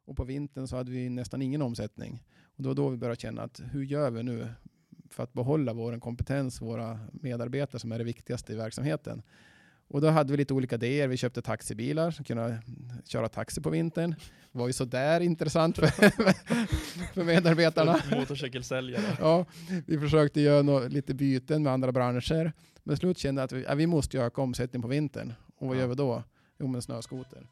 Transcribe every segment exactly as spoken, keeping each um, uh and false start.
Och på vintern så hade vi nästan ingen omsättning. Och det var då vi började känna att hur gör vi nu för att behålla vår kompetens, våra medarbetare som är det viktigaste i verksamheten. Och då hade vi lite olika idéer. Vi köpte taxibilar som kunde köra taxi på vintern. Det var ju så där intressant för, för medarbetarna. Motorcykelsäljare. Ja, vi försökte göra no- lite byten med andra branscher. Men slut kände att vi, ja, vi måste öka omsättning på vintern. Och vad ja. gör vi då? Jo, med snöskoter.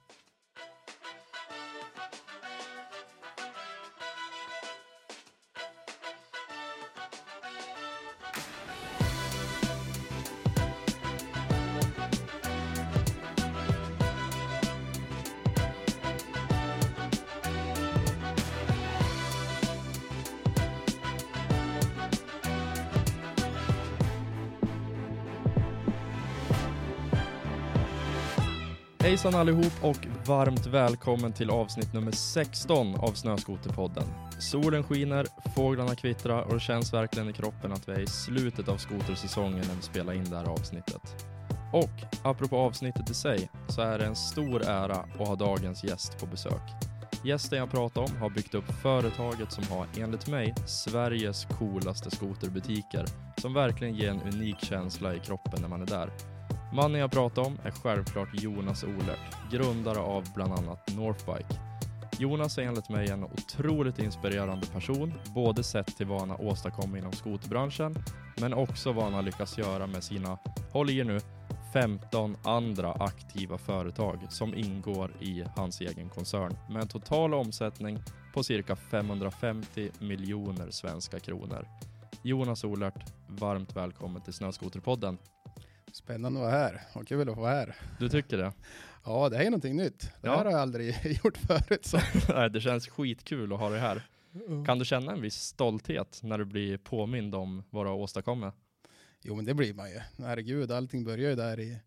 Hejsan allihop och varmt välkommen till avsnitt nummer sexton av Snöskoterpodden. Solen skiner, fåglarna kvittrar och det känns verkligen i kroppen att vi är i slutet av skotersäsongen när vi spelar in det här avsnittet. Och apropå avsnittet i sig så är det en stor ära att ha dagens gäst på besök. Gästen jag pratar om har byggt upp företaget som har enligt mig Sveriges coolaste skoterbutiker som verkligen ger en unik känsla i kroppen när man är där. Mannen jag pratar om är självklart Jonas Olert, grundare av bland annat Northbike. Jonas är enligt mig en otroligt inspirerande person, både sett till vad han har åstadkommit inom skoterbranschen, men också vad han har lyckats göra med sina, håll i er nu, femton andra aktiva företag som ingår i hans egen koncern med en total omsättning på cirka femhundrafemtio miljoner svenska kronor. Jonas Olert, varmt välkommen till Snöskoterpodden. Spännande att vara här. Vad kul att få vara här. Du tycker det? Ja, det är någonting nytt. Det ja. här har jag aldrig gjort förut. Så. Nej, det känns skitkul att ha det här. Mm. Kan du känna en viss stolthet när du blir påmind om vad du har åstadkommit? Jo, men det blir man ju. Herregud, allting börjar ju där i...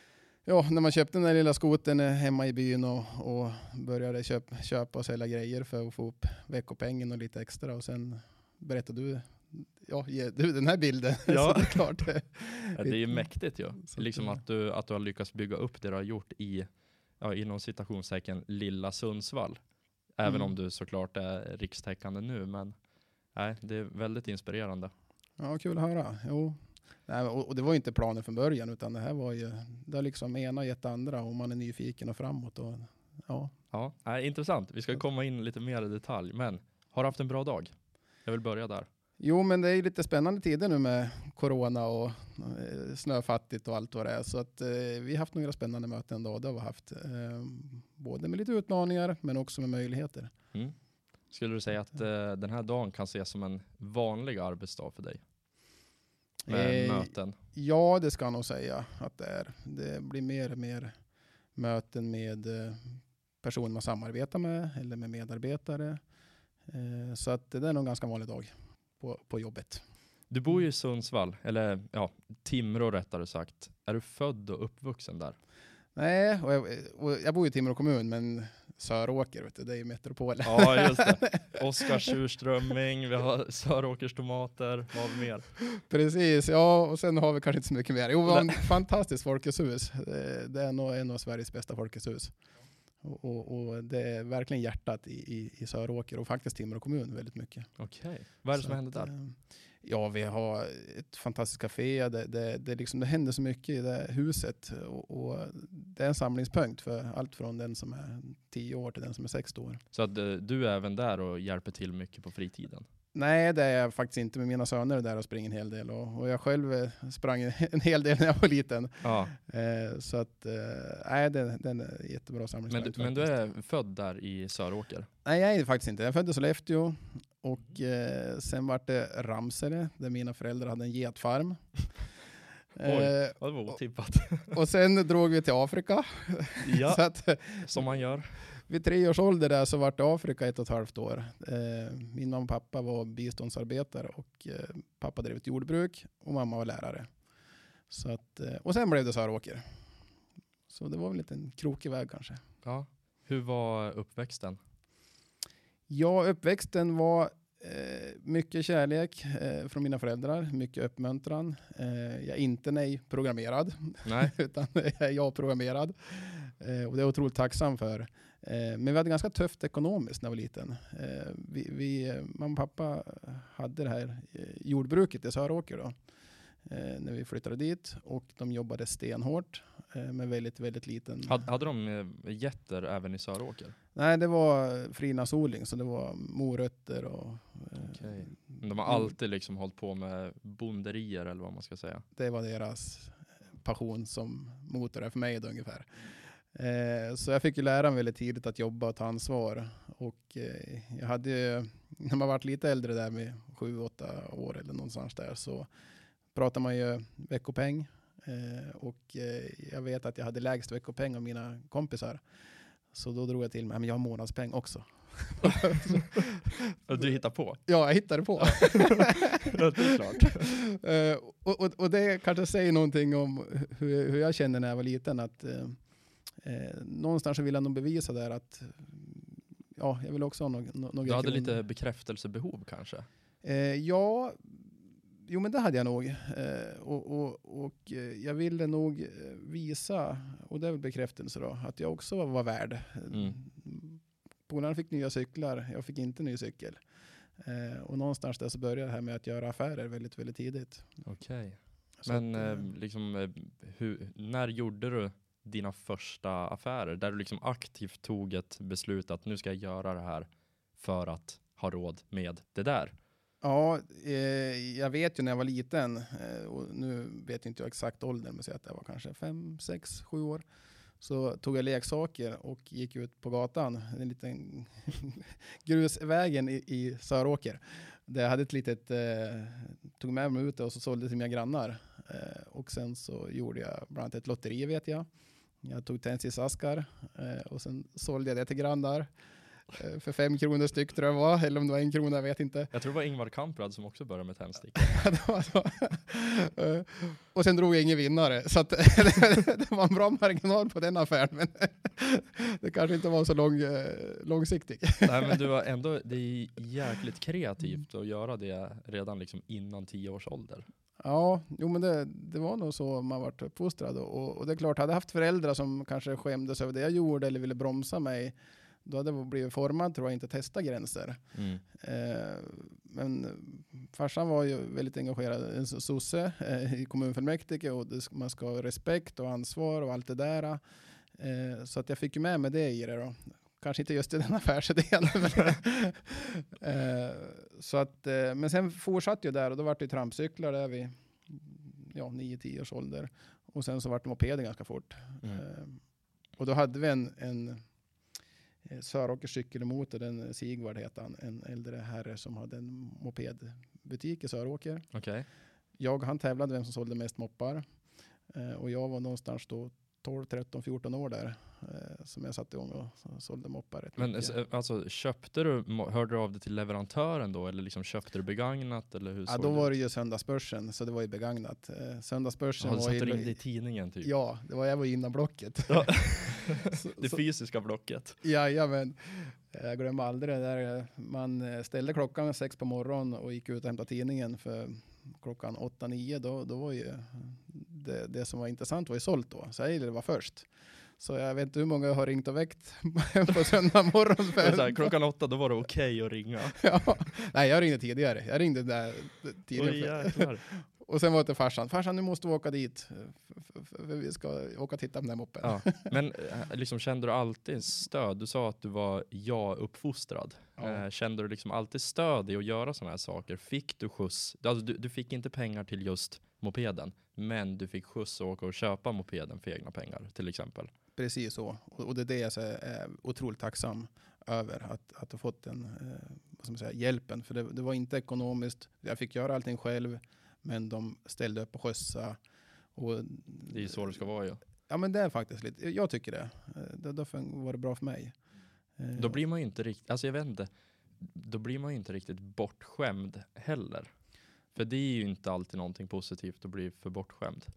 Ja, när man köpte den där lilla skoten hemma i byn och, och började köp, köpa och sälja grejer för att få upp veckopengen och lite extra. Och sen berättade du... Ja, du den här bilden. Ja. Så det är klart. Ja, det är ju mäktigt ju. Ja. Liksom att du, att du har lyckats bygga upp det du har gjort i, ja, inom citationstecken lilla Sundsvall. Även mm. om du såklart är rikstäckande nu. Men nej, det är väldigt inspirerande. Ja, kul att höra. Jo. Nej, och, och det var ju inte planen från början, utan det här var ju, det har liksom ena gett andra och man är nyfiken och framåt. Och, ja, ja nej, intressant. Vi ska komma in lite mer i detalj. Men har du haft en bra dag? Jag vill börja där. Jo, men det är lite spännande tider nu med corona och eh, snöfattigt och allt vad det är. Så att eh, vi har haft några spännande möten då. Det har vi haft. Eh, både med lite utmaningar men också med möjligheter. Mm. Skulle du säga att eh, den här dagen kan ses som en vanlig arbetsdag för dig? Med eh, möten? Ja, det ska jag nog säga att det är. Det blir mer och mer möten med eh, personer man samarbetar med eller med medarbetare. Eh, så att det är nog en ganska vanlig dag. På, på jobbet. Du bor ju i Sundsvall, eller ja, Timrå rättare sagt. Är du född och uppvuxen där? Nej, och jag, och jag bor i Timrå kommun, men Söråker, vet du, det är ju metropolen. Ja, just det. Oskars surströmming, vi har Söråkers tomater, vad har vi mer? Precis, ja, och sen har vi kanske inte så mycket mer. Jo, vi har en fantastiskt Folkets hus. Det är nog en av Sveriges bästa Folkets hus. Och, och, och det är verkligen hjärtat i, i, i Söråker och faktiskt Timrå kommun väldigt mycket. Okej. Okay. Vad är det som händer där? Ja, vi har ett fantastiskt café. Det, det, det, liksom, det händer så mycket i det huset. Och, och det är en samlingspunkt för allt från den som är tio år till den som är sextio år. Så att du är även där och hjälper till mycket på fritiden? Nej, det är jag faktiskt inte. Med mina söner där och springer en hel del. Och, och jag själv sprang en hel del när jag var liten. Ja. Eh, så att, eh, nej, det, det är en jättebra samlingspunkt. Men, men du är född där i Söråker? Nej, jag är faktiskt inte. Jag föddes i Sollefteå. Och eh, sen var det Ramsele, där mina föräldrar hade en getfarm. Oj, det var otippat. och, och sen drog vi till Afrika. Ja, så att, som man gör. Vid tre års ålder där så var det Afrika ett och ett halvt år. Eh, min mamma och pappa var biståndsarbetare och eh, pappa drev ett jordbruk och mamma var lärare. Så att, eh, och sen blev det Söråker. Så det var väl lite en krokig väg kanske. Ja. Hur var uppväxten? Ja, uppväxten var eh, mycket kärlek eh, från mina föräldrar. Mycket uppmuntran. Eh, jag är inte nej-programmerad. Nej. utan jag är ja-programmerad. Eh, och det är jag otroligt tacksam för. Eh, men vi hade ganska tufft ekonomiskt när jag var liten. Eh, vi, vi, mamma och pappa hade det här eh, jordbruket i Söråker då. Eh, när vi flyttade dit. Och de jobbade stenhårt eh, med väldigt, väldigt liten... Had, hade de eh, getter även i Söråker? Nej, det var frinasodling. Så det var morötter och... Eh, Okej. De har alltid liksom hållit på med bonderier eller vad man ska säga. Det var deras passion som motor är för mig då, ungefär. Eh, så jag fick ju lära mig väldigt tidigt att jobba och ta ansvar. Och eh, jag hade ju, när man varit lite äldre där med sju, åtta år eller någonstans där, så pratar man ju veckopeng. Eh, och eh, jag vet att jag hade lägst veckopeng av mina kompisar. Så då drog jag till mig, men jag har månadspeng också. Och du hittar på? Ja, jag hittade på. Ja, det är klart. uh, och, och, och det kanske säger någonting om hur, hur jag kände när jag var liten. Att uh, uh, någonstans så vill jag nog bevisa där att ja, jag vill också ha något. något du hade lite bekräftelsebehov kanske? Uh, ja, jo men det hade jag nog. Uh, och och, och uh, jag ville nog visa, och det är väl bekräftelse då, att jag också var, var värd. Mm. Polarna fick nya cyklar, jag fick inte ny cykel. Eh, och någonstans där så började det här med att göra affärer väldigt, väldigt tidigt. Okej. Så Men att, eh, liksom, eh, hur, när gjorde du dina första affärer? Där du liksom aktivt tog ett beslut att nu ska jag göra det här för att ha råd med det där. Ja, eh, jag vet ju när jag var liten, eh, och nu vet jag inte jag exakt åldern, men säg att jag var kanske fem, sex, sju år. Så tog jag leksaker och gick ut på gatan, en liten grusvägen i, i Söråker. Där jag hade ett litet, eh, tog med mig ut och så sålde till mina grannar. Eh, och sen så gjorde jag bland annat ett lotteri, vet jag. Jag tog tändsticksaskar eh, och sen sålde jag det till grannar. Eh, för fem kronor styck tror jag var, eller om det var en krona, jag vet inte. Jag tror det var Ingvar Kamprad som också började med tändstick. Det var så. Uh, och sen drog jag ingen vinnare. Så att, det var en bra marginal på den affären. Men det kanske inte var så lång, uh, långsiktig. Nej, men du var ändå, det är jäkligt kreativt att göra det redan liksom innan tio års ålder. Ja, jo men det, det var nog så man var uppfostrad. Och, och det är klart, hade jag haft föräldrar som kanske skämdes över det jag gjorde eller ville bromsa mig, då hade jag blivit formad, tror jag, inte testa gränser. Mm. Eh, men farsan var ju väldigt engagerad, en sosse eh, i kommunfullmäktige, och det, man ska ha respekt och ansvar och allt det där. Eh, så att jag fick ju med mig det i det då. Kanske inte just i den affärsidén. eh, så att, eh, men sen fortsatte jag där, och då var det ju trampcyklar där vid ja, nio tio års ålder. Och sen så var det mopeden ganska fort. Mm. Eh, och då hade vi en, en Söråkers cykelmotor, den Sigvard heter han, en äldre herre som hade en mopedbutik i Söråker. Okay. Jag, han tävlade vem som sålde mest moppar. Eh, och jag var någonstans då tolv, tretton, fjorton år där eh, som jag satte igång och sålde moppar rätt Men mycket. alltså, köpte du, hörde du av det till leverantören då, eller liksom köpte du begagnat, eller hur? Ja, då var det ju Söndagsbörsen, så det var ju begagnat. Eh, Söndagsbörsen ja, var satte ju... du in det i tidningen typ? Ja, det var jag var innan blocket. Ja. så, det fysiska blocket. Ja, ja, men jag glömmer aldrig det där. Man ställde klockan sex på morgonen och gick ut och hämtade tidningen, för klockan åtta, nio, då, då var ju det, det som var intressant var ju sålt då. Så jag gillade det var först. Så jag vet inte hur många har ringt och väckt på söndag morgon. För så här, klockan åtta, då var det okej okay att ringa. Ja. Nej, jag ringde tidigare. Jag ringde där tidigare. Oj, och sen var det till farsan. Farsan, nu måste vi åka dit. För, för, för vi ska åka och titta på den här moppen. Ja. Men liksom, kände du alltid stöd? Du sa att du var ja-uppfostrad. Ja. Eh, kände du liksom alltid stöd i att göra sådana här saker? Fick du skjuts? Alltså, du, du fick inte pengar till just mopeden, men du fick skjuts och åka och köpa mopeden för egna pengar, till exempel. Precis så. Och, och det är det jag är otroligt tacksam över. Att, att ha fått den eh, vad ska man säga, hjälpen. För det, det var inte ekonomiskt. Jag fick göra allting själv. Men de ställde upp och skjutsa. Och, det är så det ska vara ju. Ja. Ja, men det är faktiskt lite. Jag tycker det. det därför var det bra för mig. Då blir man ju inte riktigt, alltså jag vet inte. Då blir man ju inte riktigt bortskämd heller. För det är ju inte alltid någonting positivt att bli för bortskämd.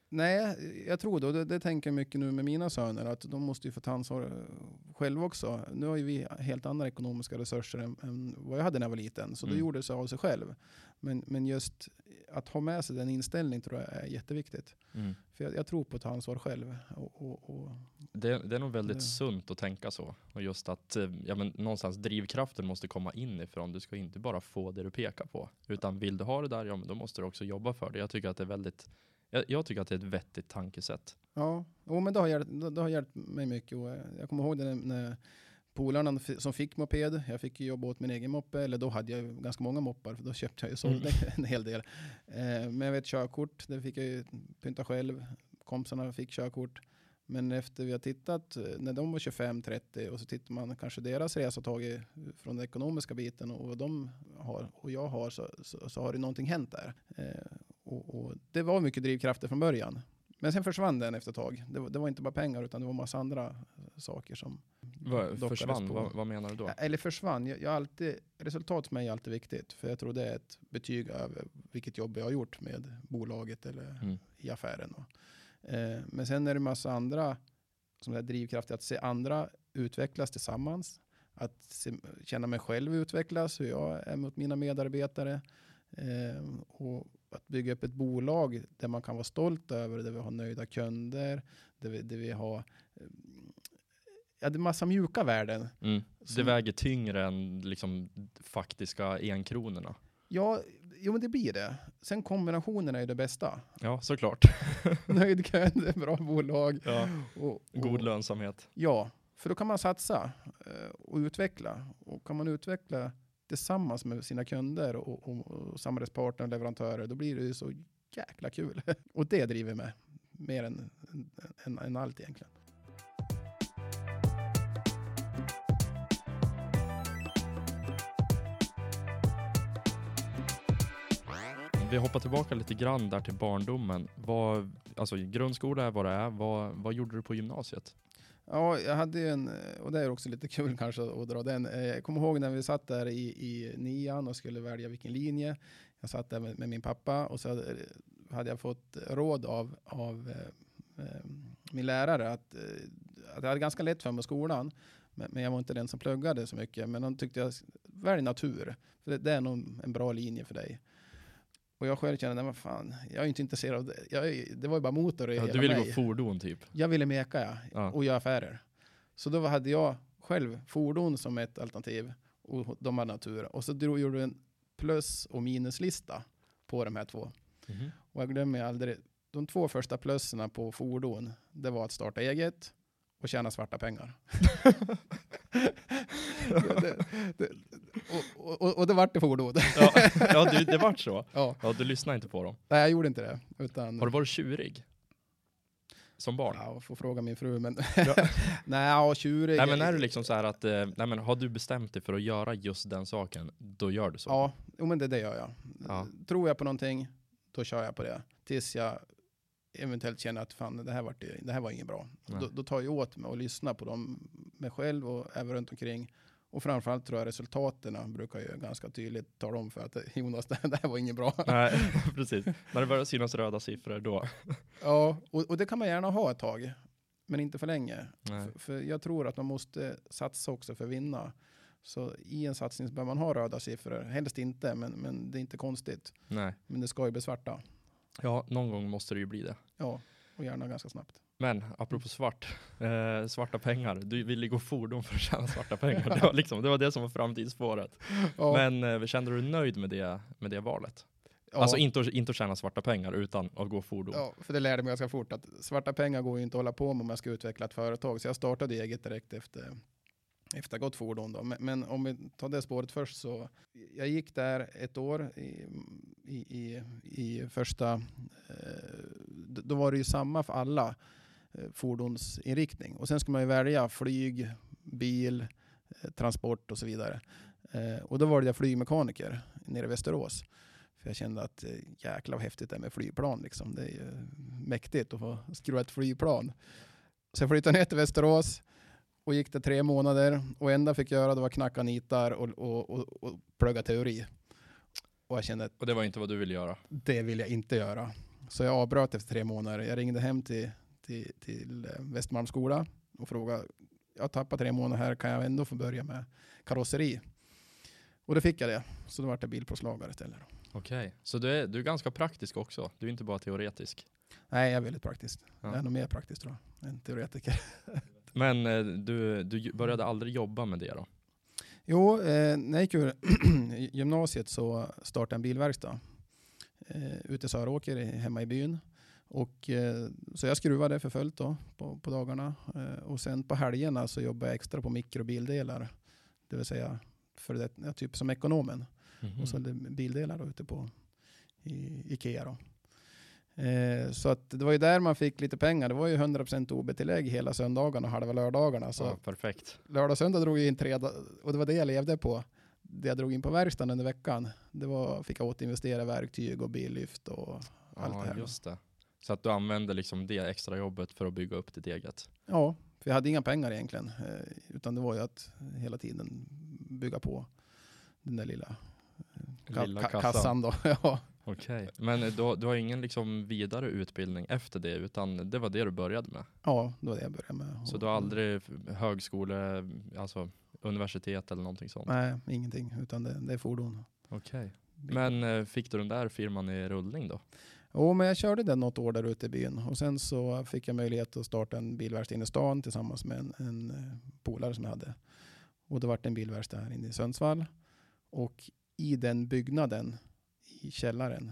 Nej, jag tror det. Och det, det tänker jag mycket nu med mina söner. Att de måste ju få ta ansvar själva också. Nu har ju vi helt andra ekonomiska resurser än, än vad jag hade när jag var liten. Så Mm. det gjorde det sig av sig själv. Men, men just att ha med sig den inställningen tror jag är jätteviktigt. Mm. För jag, jag tror på att ta ansvar själv. Och, och, och Det, det är nog väldigt det. sunt att tänka så. Och just att eh, ja, men någonstans drivkraften måste komma inifrån. Du ska inte bara få det du pekar på. Utan vill du ha det där, ja men då måste du också jobba för det. Jag tycker att det är väldigt, jag, jag tycker att det är ett vettigt tankesätt. Ja, oh, men det har, hjälpt, det, det har hjälpt mig mycket. Och jag kommer ihåg det när, när polarna f- som fick moped. Jag fick ju jobba åt min egen moppe. Eller då hade jag ju ganska många moppar. För då köpte jag ju så Mm. en hel del. Eh, men jag vet körkort. Det fick jag ju pynta själv. Kompisarna fick körkort. Men efter vi har tittat, när de var tjugofem trettio och så tittar man kanske deras resa tagit från den ekonomiska biten och vad de har och jag har så, så, så har det någonting hänt där. Eh, och, och det var mycket drivkrafter från början. Men sen försvann den efter ett tag. Det var, det var inte bara pengar utan det var massa andra saker som Va, dockades försvann? på. Va, vad menar du då? Eller försvann. Jag, jag alltid, resultat för mig är alltid viktigt. För jag tror det är ett betyg över vilket jobb jag har gjort med bolaget eller Mm. i affären. Och, eh, men sen är det massa andra som är drivkrafter. Att se andra utvecklas tillsammans. Att se, känna mig själv utvecklas. Hur jag är mot mina medarbetare. Eh, och att bygga upp ett bolag där man kan vara stolt över. Där vi har nöjda kunder. Där vi, där vi har... Eh, ja, det är massa mjuka värden. Mm. Det Som- väger tyngre än liksom faktiska enkronorna. Ja, jo, men det blir det. Sen kombinationen är ju det bästa. Ja, såklart. Nöjd kund, bra bolag. Ja. Och, och, God lönsamhet. Ja, för då kan man satsa eh, och utveckla. Och kan man utveckla tillsammans med sina kunder och, och, och samarbetspartner och leverantörer, då blir det ju så jäkla kul. Och det driver mig mer än, än, än allt egentligen. Vi hoppar tillbaka lite grann där till barndomen. Vad, alltså grundskola är vad det är. Vad, vad gjorde du på gymnasiet? Ja, jag hade ju en, och det är också lite kul kanske att dra den. Jag kommer ihåg när vi satt där i, i nian och skulle välja vilken linje. Jag satt där med, med min pappa och så hade, hade jag fått råd av, av eh, eh, min lärare att, eh, att jag hade ganska lätt för mig i skolan. Men, men jag var inte den som pluggade så mycket. Men de tyckte jag, välj natur. För det, det är nog en bra linje för dig. Och jag själv kände, nej, vad fan, jag är inte intresserad av det. Jag, är- det var ju bara motor i Ja, hela du ville mig. gå fordon typ. Jag ville meka ja, Ja. och göra affärer. Så då hade jag själv fordon som ett alternativ och de hade natur. Och så drog, gjorde jag en plus- och minuslista på de här två. Mhm. Och jag glömmer aldrig, de två första plusserna på fordon, det var att starta eget och tjäna svarta pengar. det, det, och, och, och det vart det fordon. Ja, ja du, det vart så. Ja. Ja, du lyssnar inte på dem. Nej, jag gjorde inte det. Utan, Har du varit tjurig? Som barn? ja, får fråga min fru, men Ja. nej, ja, tjurig. Nej, men är det liksom så här att eh, nej, men har du bestämt dig för att göra just den saken, då gör du så. Ja, jo, men det, det gör jag. Ja. Tror jag på någonting, då kör jag på det. Tills jag eventuellt känner att fan, det här var, det här var inget bra. Nej. Då, då tar jag åt mig och lyssnar på dem, mig själv och även runt omkring. Och framförallt tror jag resultaten brukar ju ganska tydligt tala om för att Jonas, det här var inget bra. Nej, precis. När det börjar synas röda siffror då. Ja, och, och det kan man gärna ha ett tag. Men inte för länge. Nej. För, för jag tror att man måste satsa också för att vinna. Så i en satsning så bör man ha röda siffror. Helst inte, men, men det är inte konstigt. Nej. Men det ska ju bli svarta. Ja, någon gång måste det ju bli det. Ja, och gärna ganska snabbt. Men apropå svart, eh, svarta pengar. Du ville gå fordon för att tjäna svarta pengar. Det var, liksom, det var det som var framtidsspåret. Ja, Men eh, kände du dig nöjd med det, med det valet? ja, Alltså inte, att- inte att tjäna svarta pengar utan att gå fordon. ja, för det lärde mig ganska fort att svarta pengar går ju inte att hålla på med om man ska utveckla ett företag. Så jag startade eget direkt efter, efter gått fordon. Då. Men, men om vi tar det spåret först så. Jag gick där ett år i, i, i, i första. Eh, d- då var det ju samma för alla eh, fordonsinriktning. Och sen ska man ju välja flyg, bil, eh, transport och så vidare. Eh, och då var det jag flygmekaniker nere i Västerås. För jag kände att eh, jäklar vad häftigt det är med flygplan. Liksom. Det är ju mäktigt att få skruva ett flygplan. Så jag flyttade ner till Västerås och gick det tre månader. Och enda jag fick göra det var knacka nitar och, och, och, och plugga teori. Och jag kände att Och det var inte vad du ville göra. det vill jag inte göra. Så jag avbröt efter tre månader. Jag ringde hem till, till, till Västmalms skola och frågade, jag har tappat tre månader här, kan jag ändå få börja med karosseri? Och då fick jag det. Så då var det bilplåtslagare istället. Okej, okay. Så du är, du är ganska praktisk också? Du är inte bara teoretisk? Nej, jag är väldigt praktisk. Ja. Jag är nog mer praktisk tror jag, än teoretiker. Men du, du började aldrig jobba med det då? Jo, eh, när jag gick ur gymnasiet så startade en bilverkstad eh, ute i Söråker hemma i byn. Och, eh, så jag skruvade för fullt då, på, på dagarna. Eh, och sen på helgerna så jobbade jag extra på mikrobildelar. Det vill säga för det, ja, typ som ekonomen. Mm-hmm. Och så bildelar då, ute på i, Ikea då. Eh, så att det var ju där man fick lite pengar. Det var ju hundra procent O B-tillägg hela söndagarna och halva lördagarna. Så ja, perfekt. Lördag och söndag drog jag in tre, och det var det jag levde på. Det jag drog in på verkstaden under veckan, det var, fick jag återinvestera verktyg och billyft och allt ja, det här. Just det. Så att du använde liksom det extra jobbet för att bygga upp ditt eget? Ja, för jag hade inga pengar egentligen. Eh, utan det var ju att hela tiden bygga på den där lilla, ka- lilla ka- kassan. kassan då. Ja. Okej, okay. Men då, du har ingen liksom vidare utbildning efter det, utan det var det du började med? Ja, det var det jag började med. Så du har aldrig högskole, alltså universitet eller någonting sånt? Nej, ingenting, utan det, det är fordon. Okej, okay. Men fick du den där firman i rullning då? Jo, men jag körde den något år där ute i byn. Och sen så fick jag möjlighet att starta en bilverkstad inne i stan tillsammans med en, en polare som jag hade. Och det var en bilverkstad här inne i Sundsvall. Och i den byggnaden, i källaren,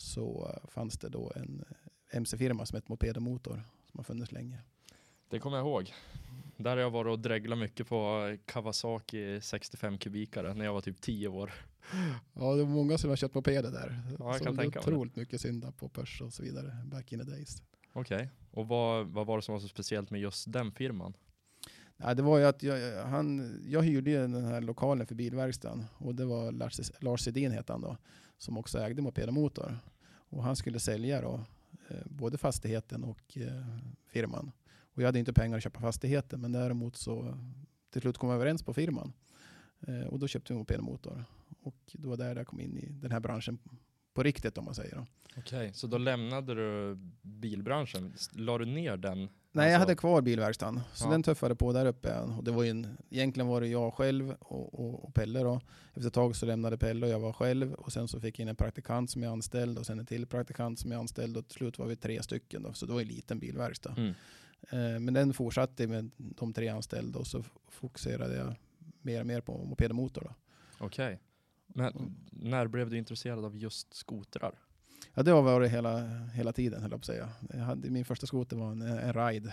så fanns det då en M C-firma som heter Moped och Motor som har funnits länge. Det kommer jag ihåg. Där har jag varit och dreglat mycket på Kawasaki sextiofem kubikare när jag var typ tio år. Ja, det var många som har köpt mopeder där. Ja, jag så kan det tänka var otroligt mycket synda på Pörs och så vidare back in the days. Okej, okay. Och vad, vad var det som var så speciellt med just den firman? Ja, det var ju att jag, han, jag hyrde den här lokalen för bilverkstaden och det var Lars, Lars Sedin heter han då, som också ägde Moped och Motor. Och han skulle sälja då, eh, både fastigheten och eh, firman. Och jag hade inte pengar att köpa fastigheten, men däremot så till slut kom vi överens på firman. Eh, och då köpte vi Moped och Motor. Och då var där jag kom in i den här branschen på riktigt, om man säger. Okej, okay, så då lämnade du bilbranschen. La du ner den? Nej, alltså... jag hade kvar bilverkstaden. Så ja. Den tuffade på där uppe. Och det var ju en, egentligen var det jag själv och, och, och Pelle då. Efter ett tag så lämnade Pelle och jag var själv. Och sen så fick jag in en praktikant som jag anställde. Och sen en till praktikant som jag anställde. Och till slut var vi tre stycken då. Så det var en liten bilverkstad. Mm. Eh, men den fortsatte med de tre anställda. Och så fokuserade jag mer och mer på Moped och Motor då. Okej. Okay. Men mm. när blev du intresserad av just skotrar? Ja, det har varit hela, hela tiden, höll jag på att säga. Jag hade, min första skoter var en, en ride.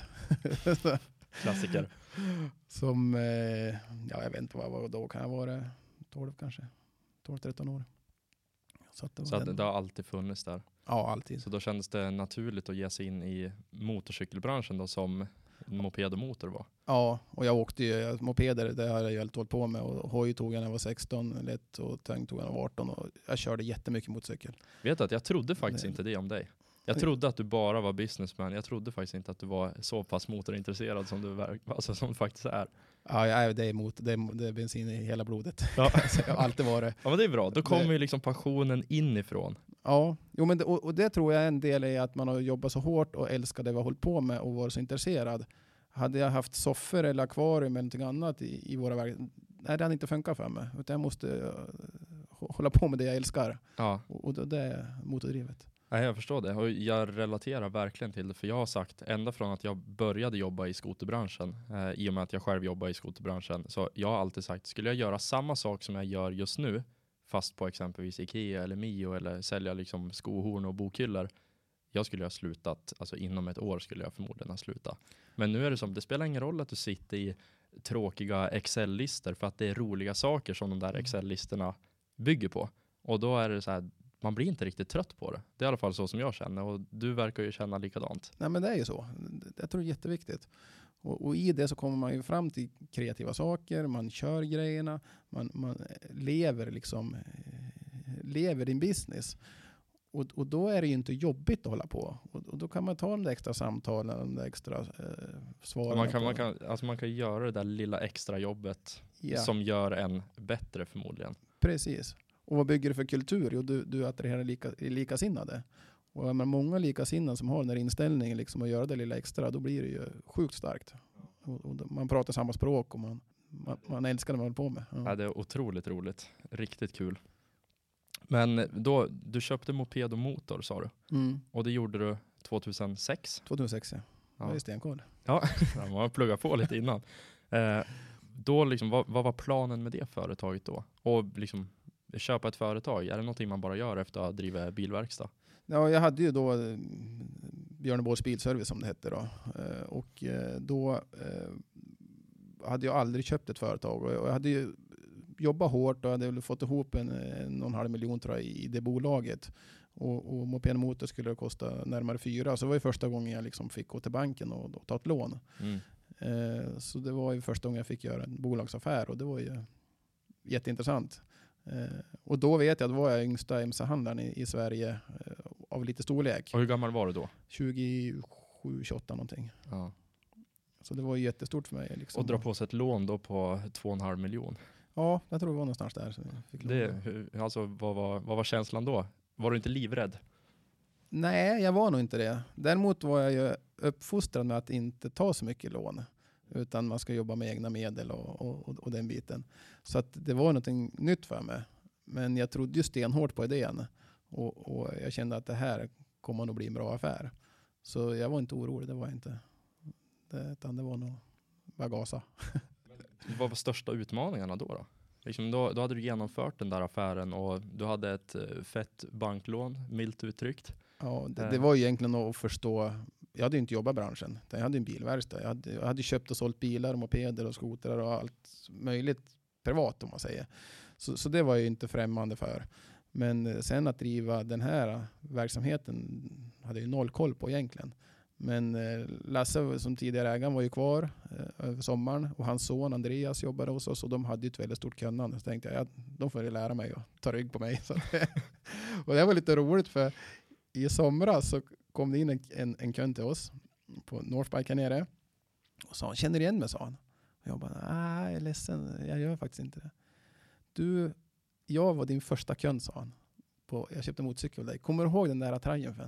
Klassiker. Som, eh, ja jag vet inte vad var då, kan jag vara tolv kanske. tolv tretton år. Så, att det, Så att det har alltid funnits där? Ja, alltid. Så då kändes det naturligt att ge sig in i motorcykelbranschen då, som moped och motor var? Ja, och jag åkte ju mopeder, det har jag ju hållit på med. Och hoj tog jag när jag var sexton, lätt och tung tog jag när jag var arton. Och jag körde jättemycket motorcykel. Vet du att jag trodde faktiskt det... inte det om dig. Jag trodde att du bara var businessman. Jag trodde faktiskt inte att du var så pass motorintresserad som du, alltså, som du faktiskt är. Ja, jag, det, är mot, det, är, det är bensin i hela blodet. Ja. Jag har alltid varit. Ja, men det är bra. Då kommer ju liksom passionen inifrån. Ja, jo, men det, och, och det tror jag är en del i att man har jobbat så hårt och älskar det vi har hållit på med och varit så intresserad. Hade jag haft soffor eller akvarium eller någonting annat i, i våra verk, nej, det hade inte funkat för mig. Utan jag måste uh, hålla på med det jag älskar. Ja. Och, och det är motordrivet. Ja, jag förstår det. Och jag relaterar verkligen till det. För jag har sagt, ända från att jag började jobba i skoterbranschen, eh, i och med att jag själv jobbar i skoterbranschen, så jag har alltid sagt, skulle jag göra samma sak som jag gör just nu, fast på exempelvis Ikea eller Mio, eller sälja liksom skohorn och bokhyllor, jag skulle ha slutat, alltså inom ett år skulle jag förmodligen ha slutat. Men nu är det som, det spelar ingen roll att du sitter i tråkiga Excel-lister, för att det är roliga saker som de där Excel-listerna bygger på. Och då är det så här, man blir inte riktigt trött på det. Det är i alla fall så som jag känner, och du verkar ju känna likadant. Nej, men det är ju så. Jag tror det är jätteviktigt. Och, och i det så kommer man ju fram till kreativa saker, man kör grejerna, man, man lever liksom, lever din business. Och, och då är det ju inte jobbigt att hålla på. Och, och då kan man ta de där extra samtalen, de där extra eh, svaren. Man kan, man, kan, alltså man kan göra det där lilla extra jobbet, ja, som gör en bättre förmodligen. Precis. Och vad bygger det för kultur? Jo, du, du attraherar lika, likasinnade. Och med många likasinnen som har den här inställningen liksom att göra det lilla extra, då blir det ju sjukt starkt. Och, och man pratar samma språk och man, man, man älskar det man håller på med. Ja. Ja, det är otroligt roligt. Riktigt kul. Men då, du köpte moped och motor, sa du. Mm. Och det gjorde du tjugohundrasex? tjugohundrasex, ja. Ja. Det är stenkoll. Ja, man har pluggat på lite innan. Eh, då liksom, vad, vad var planen med det företaget då? Och liksom, köpa ett företag, är det någonting man bara gör efter att driva bilverkstad? Ja, jag hade ju då eh, Björneborgs bilservice som det hette då. Eh, och eh, då eh, hade jag aldrig köpt ett företag. Och jag hade ju jobbat hårt och hade väl fått ihop en, en och en halv miljon tror jag, i det bolaget. Och, och moped och motor skulle det kosta närmare fyra. Så det var ju första gången jag liksom fick gå till banken och, och ta ett lån. Mm. Eh, så det var ju första gången jag fick göra en bolagsaffär och det var ju jätteintressant. Eh, och då vet jag att då var jag yngsta M C-handlaren i, i Sverige eh, av lite storlek. Och hur gammal var du då? tjugosju tjugoåtta någonting. Ja. Så det var ju jättestort för mig. Liksom. Och dra på sig ett lån då på två och en halv miljon. Ja, jag tror det var någonstans där. Så jag fick Det, låna. hur- alltså, vad, var, vad var känslan då? Var du inte livrädd? Nej, jag var nog inte det. Däremot var jag ju uppfostrad med att inte ta så mycket lån. Utan man ska jobba med egna medel och, och, och den biten. Så att det var någonting nytt för mig. Men jag trodde ju stenhårt på idén. Och, och jag kände att det här kommer nog bli en bra affär. Så jag var inte orolig, det var jag inte. Det, utan det var nog bara gasa. Vad var största utmaningarna då? Då, liksom då, då hade du genomfört den där affären och du hade ett eh, fett banklån, milt uttryckt. Ja, det, det var ju egentligen att förstå. Jag hade ju inte jobbat i branschen. Jag hade en bilverkstad. Jag hade, jag hade köpt och sålt bilar, mopeder och skotrar och allt möjligt privat om man säger. Så, så det var jag ju inte främmande för. Men sen att driva den här verksamheten hade jag ju noll koll på egentligen. Men eh, Lasse som tidigare ägaren var ju kvar eh, över sommaren och hans son Andreas jobbade hos oss och de hade ju ett väldigt stort kunnande. Så tänkte jag, ja, de får ju lära mig och ta rygg på mig. Så det, och det var lite roligt för i somras så kom det in en, en, en kund till oss på Northbike här nere och sa, känner igen mig, sa han. Och jag bara, nej, jag är ledsen, jag gör faktiskt inte det. Du, jag var din första kund, sa han. På, jag köpte motorcykel av dig. Kommer du ihåg den där Triumphen?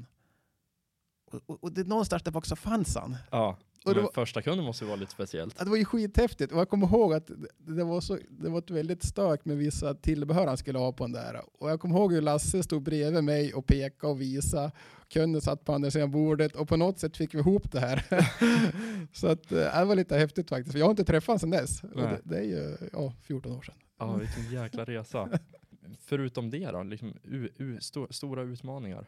Och, och, och det någonstans där bak så fanns han. Ja, Och men var, första kunden måste ju vara lite speciellt. ja, det var ju skithäftigt. Och jag kommer ihåg att det, det, var så, det var ett väldigt stök med vissa tillbehör han skulle ha på den där. Och jag kommer ihåg hur Lasse stod bredvid mig och pekade och visade. Kunden satt på andra sidan bordet och på något sätt fick vi ihop det här. Så att, det var lite häftigt faktiskt. För jag har inte träffat honom sedan dess. Och det, det är ju ja, fjorton år sedan. Ja, vilken jäkla resa. Förutom det då, liksom, u, u, sto, stora utmaningar.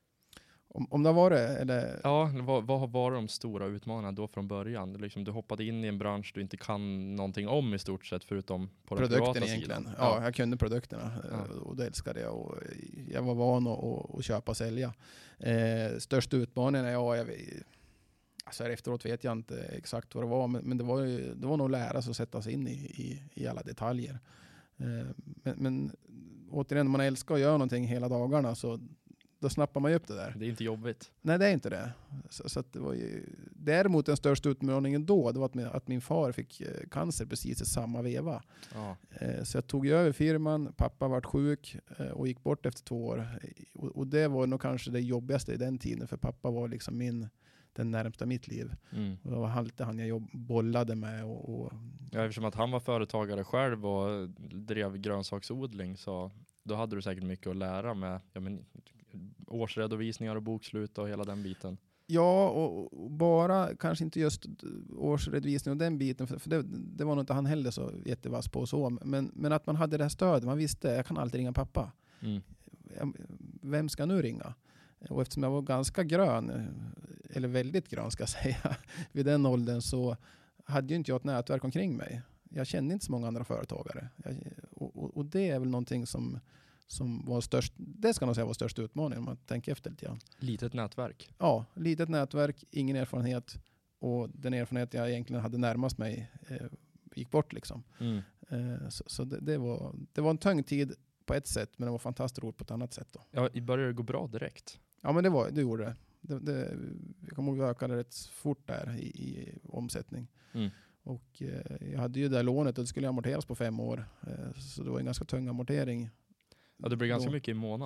Om, om det var det, eller? Ja, vad, vad har varit de stora utmaningarna då från början? Liksom, du hoppade in i en bransch du inte kan någonting om i stort sett, förutom på den Produkten privata egentligen. sidan. Ja, jag kunde produkterna Ja. och det älskade jag. Och jag var van att, att, att köpa och sälja. Eh, största utmaningen, ja, jag vet, alltså efteråt vet jag inte exakt vad det var, men, men det var ju, det var nog att lära sig att sätta sig in i, i, i alla detaljer. Eh, men, men återigen, om man älskar att göra någonting hela dagarna så då snappar man ju upp det där. Det är inte jobbigt. Nej, det är inte det. Så, så att det var ju, däremot den största utmaningen då, det var att min, att min far fick eh, cancer precis i samma veva. Ja. Eh, så jag tog ju över firman, pappa vart sjuk eh, och gick bort efter två år. Och, och det var nog kanske det jobbigaste i den tiden, för pappa var liksom min, den närmsta mitt liv. Mm. Och det var alltid han jag jobb, bollade med. Och, och Ja, eftersom att han var företagare själv och drev grönsaksodling, så då hade du säkert mycket att lära med, ja, men, årsredovisningar och bokslut och hela den biten. Ja, och, och bara kanske inte just årsredovisning och den biten, för, för det, det var nog inte han heller så jättevass på. Så. Men, men att man hade det här stödet, man visste, jag kan alltid ringa pappa. Mm. Jag, vem ska nu ringa? Och eftersom jag var ganska grön, eller väldigt grön ska jag säga, vid den åldern, så hade ju inte jag ett nätverk omkring mig. Jag kände inte så många andra företagare. Jag, och, och, och det är väl någonting som, som var störst, det ska nog säga var största utmaningen om man tänker efter lite grann. Litet nätverk. Ja, litet nätverk, ingen erfarenhet, och den erfarenhet jag egentligen hade närmast mig eh, gick bort liksom. Mm. Eh, så så det, det, var, det var en tung tid på ett sätt, men det var fantastiskt roligt på ett annat sätt då. Ja, i början gå bra direkt. Ja, men det, var, det gjorde det. det, det jag kommer ihåg att vi ökade rätt fort där i, i omsättning. Mm. Och eh, jag hade ju det där lånet och det skulle amorteras på fem år. Eh, så det var en ganska tung amortering. Ja, det blir ganska då. mycket i månaden.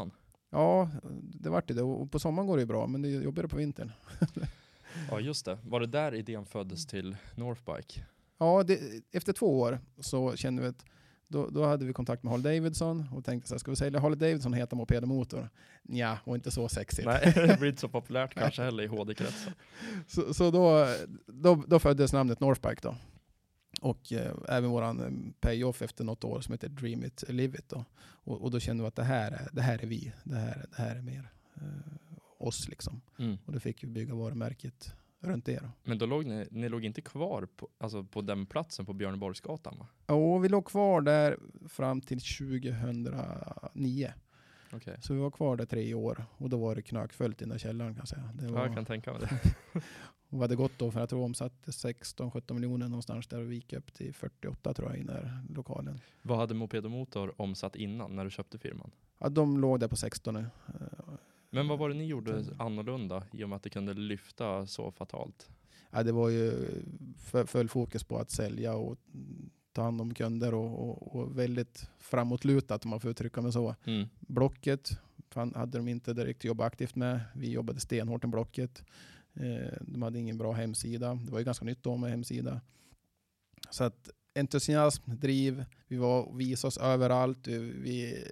Ja, det vart det. Och på sommaren går det ju bra, men det är jobbigare på vintern. Ja, just det. Var det där idén föddes till Northbike? Ja, det, efter två år så kände vi att då, då hade vi kontakt med Harley Davidson och tänkte så här, ska vi sälja Harley Davidson heta moped och motor? Ja, och inte så sexigt. Nej, det blir inte så populärt kanske heller i H D-kretsen. Så, så då, då, då föddes namnet Northbike då. Och eh, även våran eh, payoff efter något år som heter Dream It, Live It då. Och, och då kände vi att det här är, det här är vi. Det här, det här är mer eh, oss liksom. Mm. Och då fick vi bygga varumärket runt det då. Men då låg ni, ni låg inte kvar på, alltså på den platsen på Björneborgsgatan, va? Ja, vi låg kvar där fram till tjugohundranio. Okay. Så vi var kvar där tre år. Och då var det knökfullt i den där källaren kan jag säga. Det var, ja, jag kan tänka mig det. och vi hade gått då för att vi omsatte sexton sjutton miljoner någonstans där. Och vi gick upp till fyrtioåtta tror jag i den här lokalen. Vad hade Moped och Motor omsatt innan när du köpte firman? Ja, de låg där på sexton. Men vad var det ni gjorde annorlunda i och med att det kunde lyfta så fatalt? Ja, det var ju full fokus på att sälja och ta hand om kunder och, och, och väldigt framåtlutat om man får uttrycka mig så. Mm. Blocket fan, hade de inte direkt jobbat aktivt med. Vi jobbade stenhårt med Blocket. Eh, de hade ingen bra hemsida. Det var ju ganska nytt då med hemsida. Så att entusiasm, driv, vi var visade oss överallt. Vi,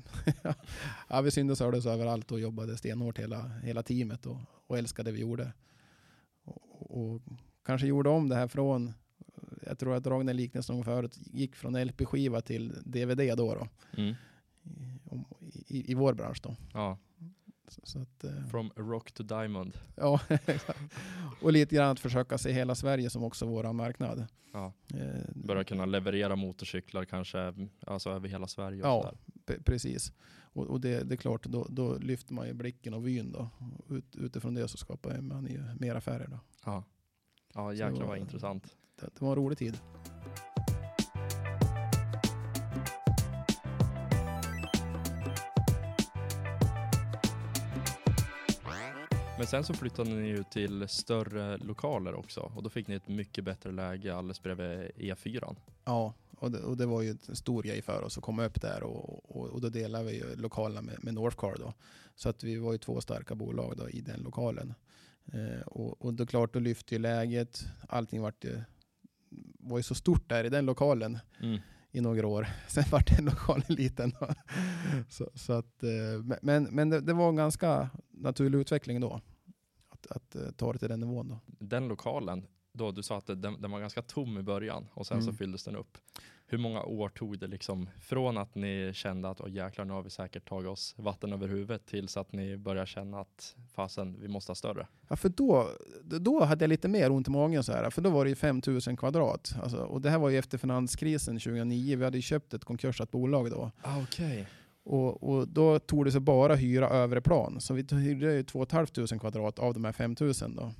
ja, vi syntes och hördes överallt och jobbade stenhårt hela, hela teamet och, och älskade det vi gjorde. Och, och kanske gjorde om det här från, jag tror att dragna liknelsen ungefär gick från L P-skiva till D V D då. då. Mm. I, i, I vår bransch då. Ja. Så, så att, eh, From rock to diamond. Ja, och lite grann att försöka se hela Sverige som också våran marknad. Ja. Eh, Börja kunna leverera motorcyklar kanske alltså över hela Sverige och ja, sådär. p- precis. Och, och det, det är klart, då, då lyfter man ju blicken och vyn då. Ut, utifrån det så skapar man ju mer affärer då. Ja, ja jäklar Så, vad intressant. Det, det var en rolig tid. Men sen så flyttade ni ju till större lokaler också. Och då fick ni ett mycket bättre läge alldeles bredvid E fyra. Ja, och det, och det var ju en stor grej för oss att komma upp där. Och, och, och då delade vi ju lokalerna med, med Northcar då. Så att vi var ju två starka bolag då i den lokalen. Eh, och, och då klart, då lyfte ju läget. Allting var ju, var ju så stort där i den lokalen. Mm. I några år. Sen var den lokalen liten. så, så att, men men det, det var en ganska naturlig utveckling då. Att, att ta det till den nivån då. Den lokalen, då du sa att den, den var ganska tom i början och sen mm. så fylldes den upp. Hur många år tog det liksom från att ni kände att åh jäklar, nu har vi säkert tagit oss vatten över huvudet tills att ni börjar känna att fasen, vi måste ha större? Ja, för då, då hade jag lite mer ont i magen så här, för då var det ju fem tusen kvadrat. Alltså, och det här var ju efter finanskrisen tjugohundranio. Vi hade ju köpt ett konkursat bolag då. Ah, okej. Okay. Och, och då tog det sig bara hyra övre plan. Så vi hyrde ju två tusen femhundra kvadrat av de här fem tusen då.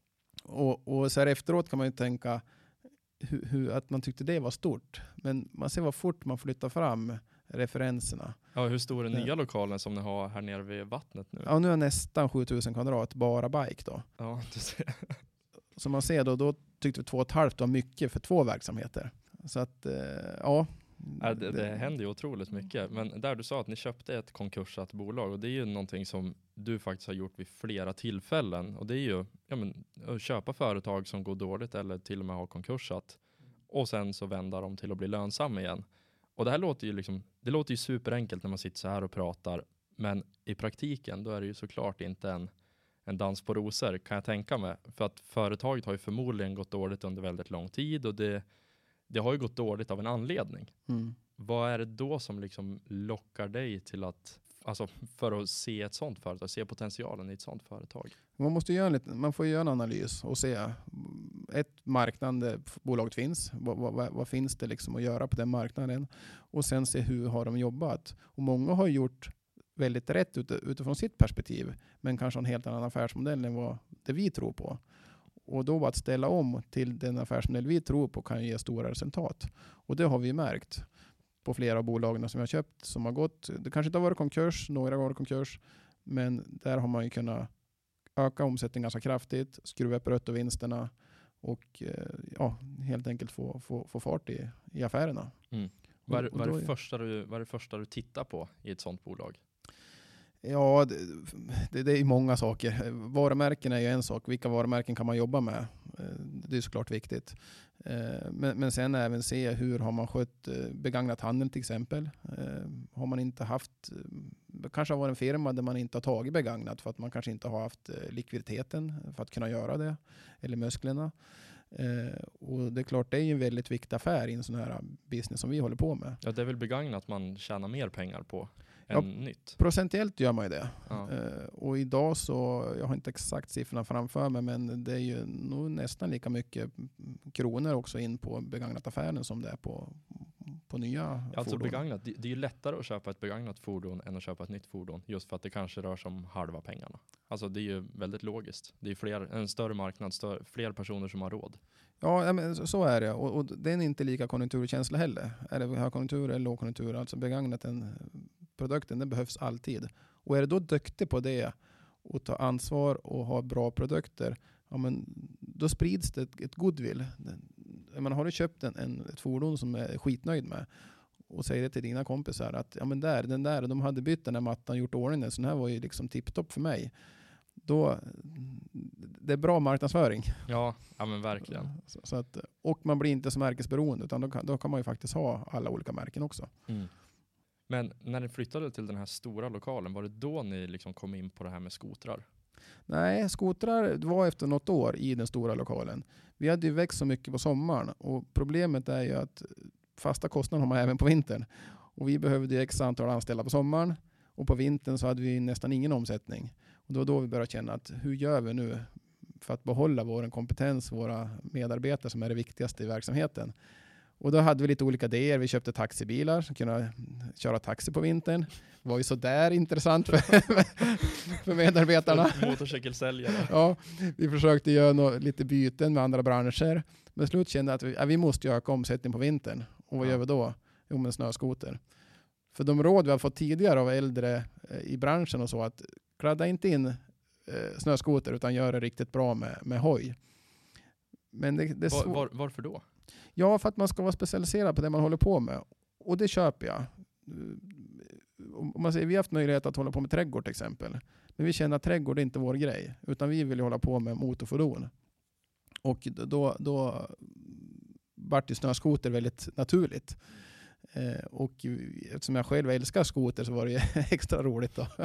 Och, och så här efteråt kan man ju tänka hur, hur, att man tyckte det var stort. Men man ser vad fort man flyttar fram referenserna. Ja, hur stor är den nya lokalen som ni har här nere vid vattnet nu? Ja, nu är nästan sju tusen kvadrat, bara bike då. Ja, du ser. Som man ser då, då tyckte vi två och ett halvt var mycket för två verksamheter. Så att, eh, ja. Ja, det, det händer ju otroligt mycket. Men där du sa att ni köpte ett konkursat bolag, och det är ju någonting som du faktiskt har gjort vid flera tillfällen. Och det är ju ja, men, att köpa företag som går dåligt eller till och med har konkursat. Och sen så vända dem till att bli lönsamma igen. Och det här låter ju liksom, det låter ju superenkelt när man sitter så här och pratar. Men i praktiken då är det ju såklart inte en, en dans på rosor, kan jag tänka mig. För att företaget har ju förmodligen gått dåligt under väldigt lång tid, och det, det har ju gått dåligt av en anledning. Mm. Vad är det då som liksom lockar dig till att, alltså för att se ett sånt företag, se potentialen i ett sånt företag? Man måste göra en lite, man får göra en analys och se ett marknad där bolaget finns. Vad, vad, vad finns det liksom att göra på den marknaden? Och sen se hur har de jobbat. Och många har gjort väldigt rätt ut, utifrån sitt perspektiv, men kanske en helt annan affärsmodell än vad det vi tror på. Och då att ställa om till den affärsmodell vi tror på kan ge stora resultat. Och det har vi märkt på flera av bolagen som vi har köpt som har gått. Det kanske inte har varit konkurs, några har varit konkurs, men där har man ju kunnat öka omsättningen ganska kraftigt, skruva upp bruttovinsterna och ja, helt enkelt få, få, få fart i, i affärerna. Mm. Vad är, vad, är det första du, vad är det första du tittar på i ett sånt bolag? Ja, det, det, det är många saker. Varumärken är ju en sak. Vilka varumärken kan man jobba med? Det är såklart viktigt. Men, men sen även se hur har man skött begagnat handel till exempel. Har man inte haft, kanske har varit en firma där man inte har tagit begagnat för att man kanske inte har haft likviditeten för att kunna göra det. Eller musklerna. Och det är klart, det är ju en väldigt viktig affär i en sån här business som vi håller på med. Ja, det är väl begagnat man tjänar mer pengar på än ja, nytt. Procentuellt gör man ju det. Ja. Uh, och idag så, jag har inte exakt siffrorna framför mig, men det är ju nog nästan lika mycket kronor också in på begagnat affären som det är på, på nya Alltså fordon. begagnat, det, det är ju lättare att köpa ett begagnat fordon än att köpa ett nytt fordon. Just för att det kanske rör sig om halva pengarna. Alltså det är ju väldigt logiskt. Det är fler, en större marknad, större, fler personer som har råd. Ja, men så är det. Och, och det är inte lika konjunkturkänsla heller. Är det högkonjunktur eller lågkonjunktur, alltså begagnat den produkten, den behövs alltid. Och är det då duktig på det och ta ansvar och ha bra produkter, ja, men då sprids det ett, ett goodwill. Man har du köpt en, en, ett fordon som är skitnöjd med och säger det till dina kompisar att ja, men där, den där, de hade bytt den här mattan, gjort ordningen, så den här var ju liksom tipptopp för mig. Då, det är bra marknadsföring. Ja, ja men verkligen. Så, så att, och man blir inte så märkesberoende, utan då kan, då kan man ju faktiskt ha alla olika märken också. Mm. Men när ni flyttade till den här stora lokalen, var det då ni liksom kom in på det här med skotrar? Nej, skotrar var efter något år i den stora lokalen. Vi hade ju växt så mycket på sommaren och problemet är ju att fasta kostnader har man även på vintern. Och vi behövde ju x antal anställda på sommaren och på vintern så hade vi nästan ingen omsättning. Och då var då vi började känna att hur gör vi nu för att behålla vår kompetens, våra medarbetare som är det viktigaste i verksamheten. Och då hade vi lite olika idéer. Vi köpte taxibilar som kunde köra taxi på vintern. Det var ju så där intressant för, för medarbetarna. Motorcykelsäljare. Ja, vi försökte göra no- lite byten med andra branscher. Men slut kände att vi, ja, vi måste öka omsättning på vintern. Och vad ja. gör vi då? Jo, med snöskoter. För de råd vi har fått tidigare av äldre eh, i branschen och så att kladda inte in eh, snöskoter utan gör det riktigt bra med, med hoj. Men det, det är var, var, varför då? Ja, för att man ska vara specialiserad på det man håller på med. Och det köper jag. Om man säger, vi har haft möjlighet att hålla på med trädgård till exempel. Men vi känner att trädgård är inte vår grej. Utan vi vill hålla på med motorfordon. Och då, då vart ju snöskoter väldigt naturligt. Eh, och eftersom jag själv älskar skoter så var det extra roligt då.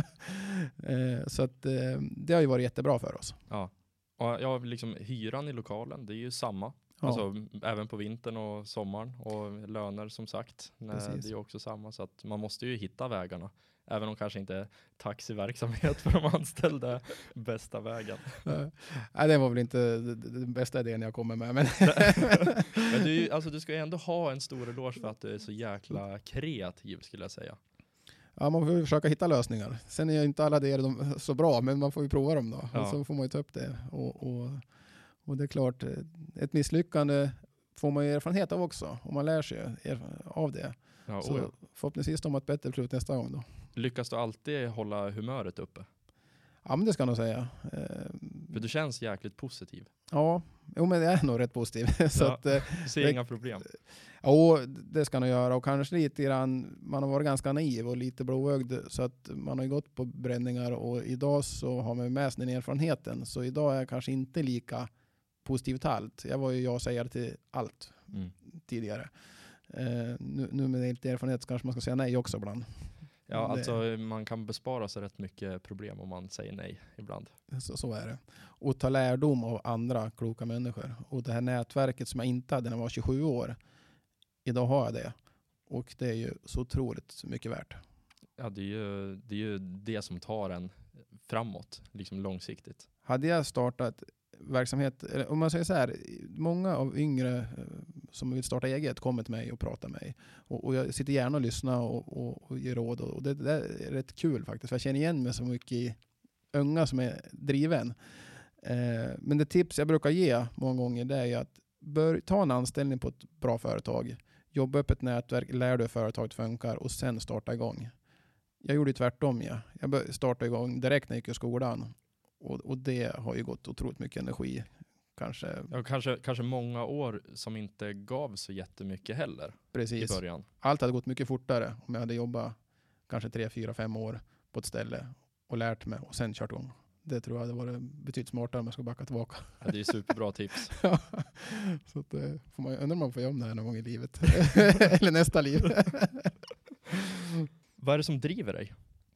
eh, så att eh, det har ju varit jättebra för oss. Ja, och ja, liksom hyran i lokalen, det är ju samma. Ja. Alltså även på vintern och sommaren och löner som sagt. Nej, det är ju också samma, så att man måste ju hitta vägarna. Även om kanske inte är taxiverksamhet för de anställda bästa vägen. Nej, det var väl inte den bästa idén jag kommer med. Men, men du, alltså, du ska ju ändå ha en stor eloge för att du är så jäkla kreativ skulle jag säga. Ja, man får ju försöka hitta lösningar. Sen är ju inte alla idéer de så bra, men man får ju prova dem då. Ja. Och så får man ju ta upp det. Och, och, och det är klart, ett misslyckande får man ju erfarenhet av också. Och man lär sig av det. Ja, så ja. Förhoppningsvis har man ett bättre slut nästa gång då. Lyckas du alltid hålla humöret uppe? Ja, men det ska jag nog säga. För du känns jäkligt positiv. Ja, jo, men jag är nog rätt positiv. så ja, att, du ser det, inga problem? Ja, det ska jag göra. Och kanske lite grann, man har varit ganska naiv och lite blåögd. Så att man har ju gått på bränningar. Och idag så har man med sig den erfarenheten. Så idag är jag kanske inte lika positiv till allt. Jag var ju jag säger till allt mm. tidigare. Uh, nu, nu med lite erfarenhet så kanske man ska säga nej också ibland. Ja, alltså man kan bespara sig rätt mycket problem om man säger nej ibland. Så, så är det. Och ta lärdom av andra kloka människor. Och det här nätverket som jag inte hade när jag var tjugosju år. Idag har jag det. Och det är ju så otroligt mycket värt. Ja, det är ju det, är ju det som tar en framåt, liksom långsiktigt. Hade jag startat verksamhet, eller om man säger så här, många av yngre som vill starta eget kommer till mig och pratar med mig. Och, och jag sitter gärna och lyssnar och, och, och ger råd. Och det, det är rätt kul faktiskt. För jag känner igen mig så mycket i unga som är driven. Eh, men det tips jag brukar ge många gånger det är ju att bör, ta en anställning på ett bra företag. Jobba upp ett nätverk, lär dig hur företaget funkar och sen starta igång. Jag gjorde ju tvärtom. Ja. Jag startade igång direkt när jag gick i skolan. Och, och det har ju gått otroligt mycket energi. Kanske. Ja, kanske, kanske många år som inte gav så jättemycket heller. Precis. I början. Allt hade gått mycket fortare om jag hade jobbat kanske tre, fyra, fem år på ett ställe. och lärt mig och sen kört igång. Det tror jag hade varit betydligt smartare om jag ska backa tillbaka. Ja, det är superbra tips. Ja, så att, eh, får man, undrar om man får göra om det här någon gång i livet. Eller nästa liv. Vad är det som driver dig?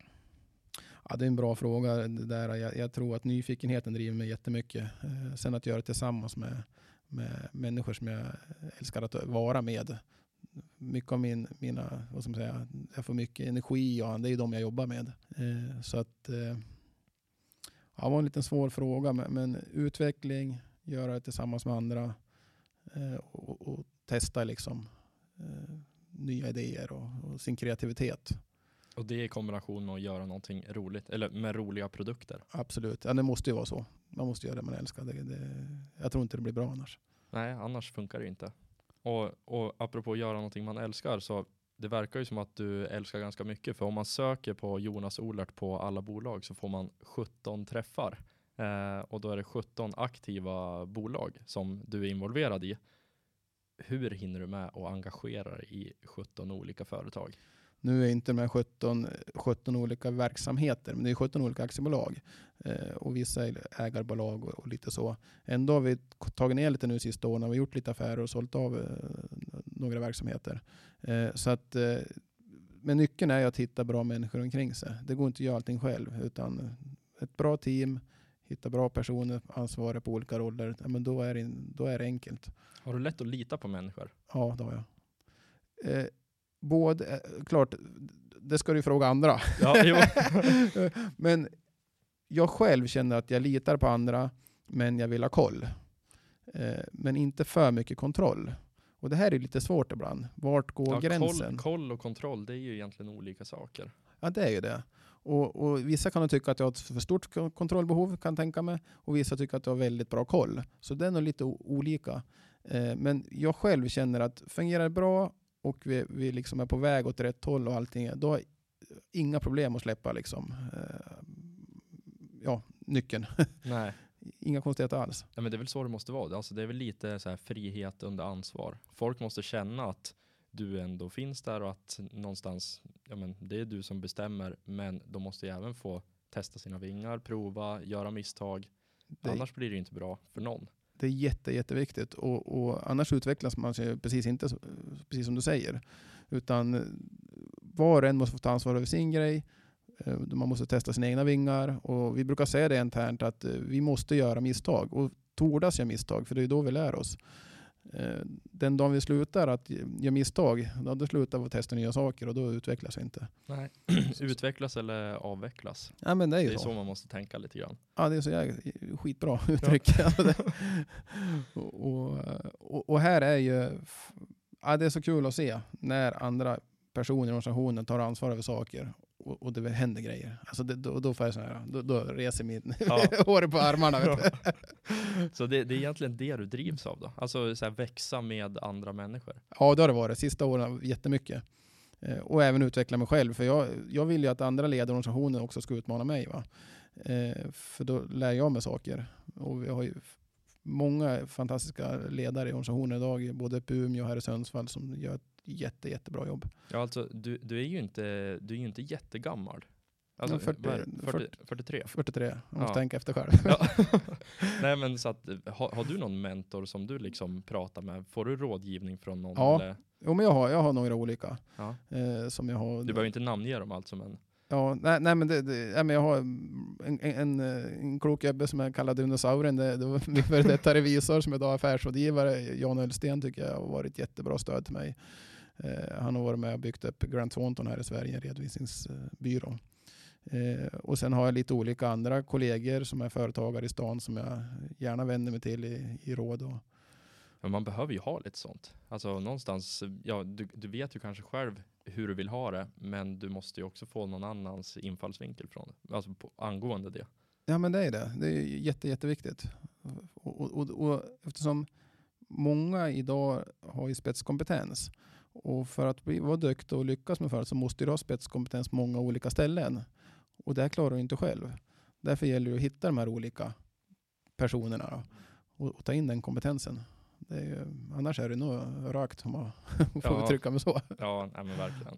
Ja, det är en bra fråga. Det där, jag, jag tror att nyfikenheten driver mig jättemycket. Eh, sen att göra det tillsammans med, med människor som jag älskar att vara med. Mycket av min, mina, vad ska man säga, jag får mycket energi och det är ju de jag jobbar med. Eh, så att, eh, ja, det var en liten svår fråga, men, men utveckling, göra det tillsammans med andra eh, och, och testa liksom eh, nya idéer och, och sin kreativitet. Och det är i kombination med att göra någonting roligt, eller med roliga produkter. Absolut, ja, det måste ju vara så. Man måste göra det man älskar. Det, det, jag tror inte det blir bra annars. Nej, annars funkar det inte. Och, och apropå att göra någonting man älskar, så det verkar ju som att du älskar ganska mycket. För om man söker på Jonas Olert på alla bolag så får man sjutton träffar. Eh, och då är det sjutton aktiva bolag som du är involverad i. Hur hinner du med att engagera dig i sjutton olika företag? Nu är inte de här sjutton, sjutton olika verksamheter, men det är sjutton olika aktiebolag. Eh, och vissa är ägarbolag och, och lite så. Ändå har vi tagit ner lite nu sista åren. Vi har gjort lite affärer och sålt av eh, några verksamheter. Eh, så att, eh, men nyckeln är att hitta bra människor omkring sig. Det går inte att göra allting själv, utan ett bra team, hitta bra personer, ansvariga på olika roller. Ja, men då är det, då är det enkelt. Har du lätt att lita på människor? Ja, det har jag. Eh, både, klart, det ska du fråga andra. Ja, jo. Men jag själv känner att jag litar på andra, men jag vill ha koll. Eh, men inte för mycket kontroll. Och det här är lite svårt ibland. Vart går Ja, gränsen? Koll, koll och kontroll, det är ju egentligen olika saker. Ja, det är ju det. Och, och vissa kan tycka att jag har ett för stort kontrollbehov, kan tänka mig. Och vissa tycker att jag har väldigt bra koll. Så det är nog lite o- olika. Eh, men jag själv känner att fungerar det bra och vi, vi liksom är på väg åt rätt håll och allting, då har inga problem att släppa liksom, eh, ja, nyckeln. Nej. Inga konstigheter alls. Ja, men det är väl så det måste vara. Alltså, det är väl lite så här frihet under ansvar. Folk måste känna att du ändå finns där och att någonstans, ja, men det är du som bestämmer, men de måste ju även få testa sina vingar, prova, göra misstag. Det, Annars blir det ju inte bra för någon. det är jätte, jätteviktigt. Och, och annars utvecklas man sig precis inte så, precis som du säger. Utan var och en måste få ta ansvar över sin grej. Man måste testa sina egna vingar. Och vi brukar säga det internt att vi måste göra misstag. Och tordas göra misstag, för det är då vi lär oss. Den dagen vi slutar att göra misstag, då slutar vi att testa nya saker och då utvecklas vi inte. Nej. Utvecklas eller avvecklas. Ja, men det är ju det är så. så man måste tänka lite grann. Ja, det är så jävla skitbra uttryck. Ja. och, och, och, och här är ju, ja, det är så kul att se när andra personer i organisationen tar ansvar över saker och, och det händer grejer. Alltså det, då, då får jag så här, då, då reser min Ja. hår på armarna. Vet du. Så det, det är egentligen det du drivs av då? Alltså så här, växa med andra människor? Ja, det har det varit. Sista åren jättemycket. Eh, och även utveckla mig själv. För jag, jag vill ju att andra ledorganisationer också ska utmana mig. Va? Eh, för då lär jag mig saker. Och vi har ju många fantastiska ledare i organisationen idag. Både på Umeå och här i Sundsvall som gör ett jätte, jättebra jobb. Ja, alltså du, du är ju inte, du är ju inte jättegammal. Alltså, Ja, fyrtio, vad är det? fyrtio, fyrtiotre? fyrtiotre. Jag måste Ja. tänka efter själv. Ja. Nej, men så att, har, har du någon mentor som du liksom pratar med? Får du rådgivning från någon? Ja. Eller? Jo, men jag har, jag har några olika. Ja. Eh, som jag har. Du behöver inte namnge dem alltså, men... Ja, nej, nej, men, det, det, nej, men jag har en, en, en, en klok gubbe som jag kallar dinosauren. Det, det var min före detta revisor som idag är affärsrådgivare. Jan Ullsten tycker jag har varit jättebra stöd till mig. Eh, han har varit med och byggt upp Grant Thornton här i Sverige, en redovisningsbyrå. Eh, och sen har jag lite olika andra kollegor som är företagare i stan som jag gärna vänder mig till i, i råd. Och... Men man behöver ju ha lite sånt. Alltså någonstans, ja, du, du vet ju kanske själv hur du vill ha det, men du måste ju också få någon annans infallsvinkel från det. Alltså på, angående det. Ja, men det är det. Det är jätte, jätteviktigt. Och, och, och, och eftersom många idag har ju spetskompetens. Och för att bli, vara duktig och lyckas med företag så måste du ha spetskompetens på många olika ställen. Och det klarar du inte själv. Därför gäller det att hitta de här olika personerna då, och, och ta in den kompetensen. Det är ju, annars är det nog rakt om man får Ja. uttrycka mig så. Ja, nej, men verkligen.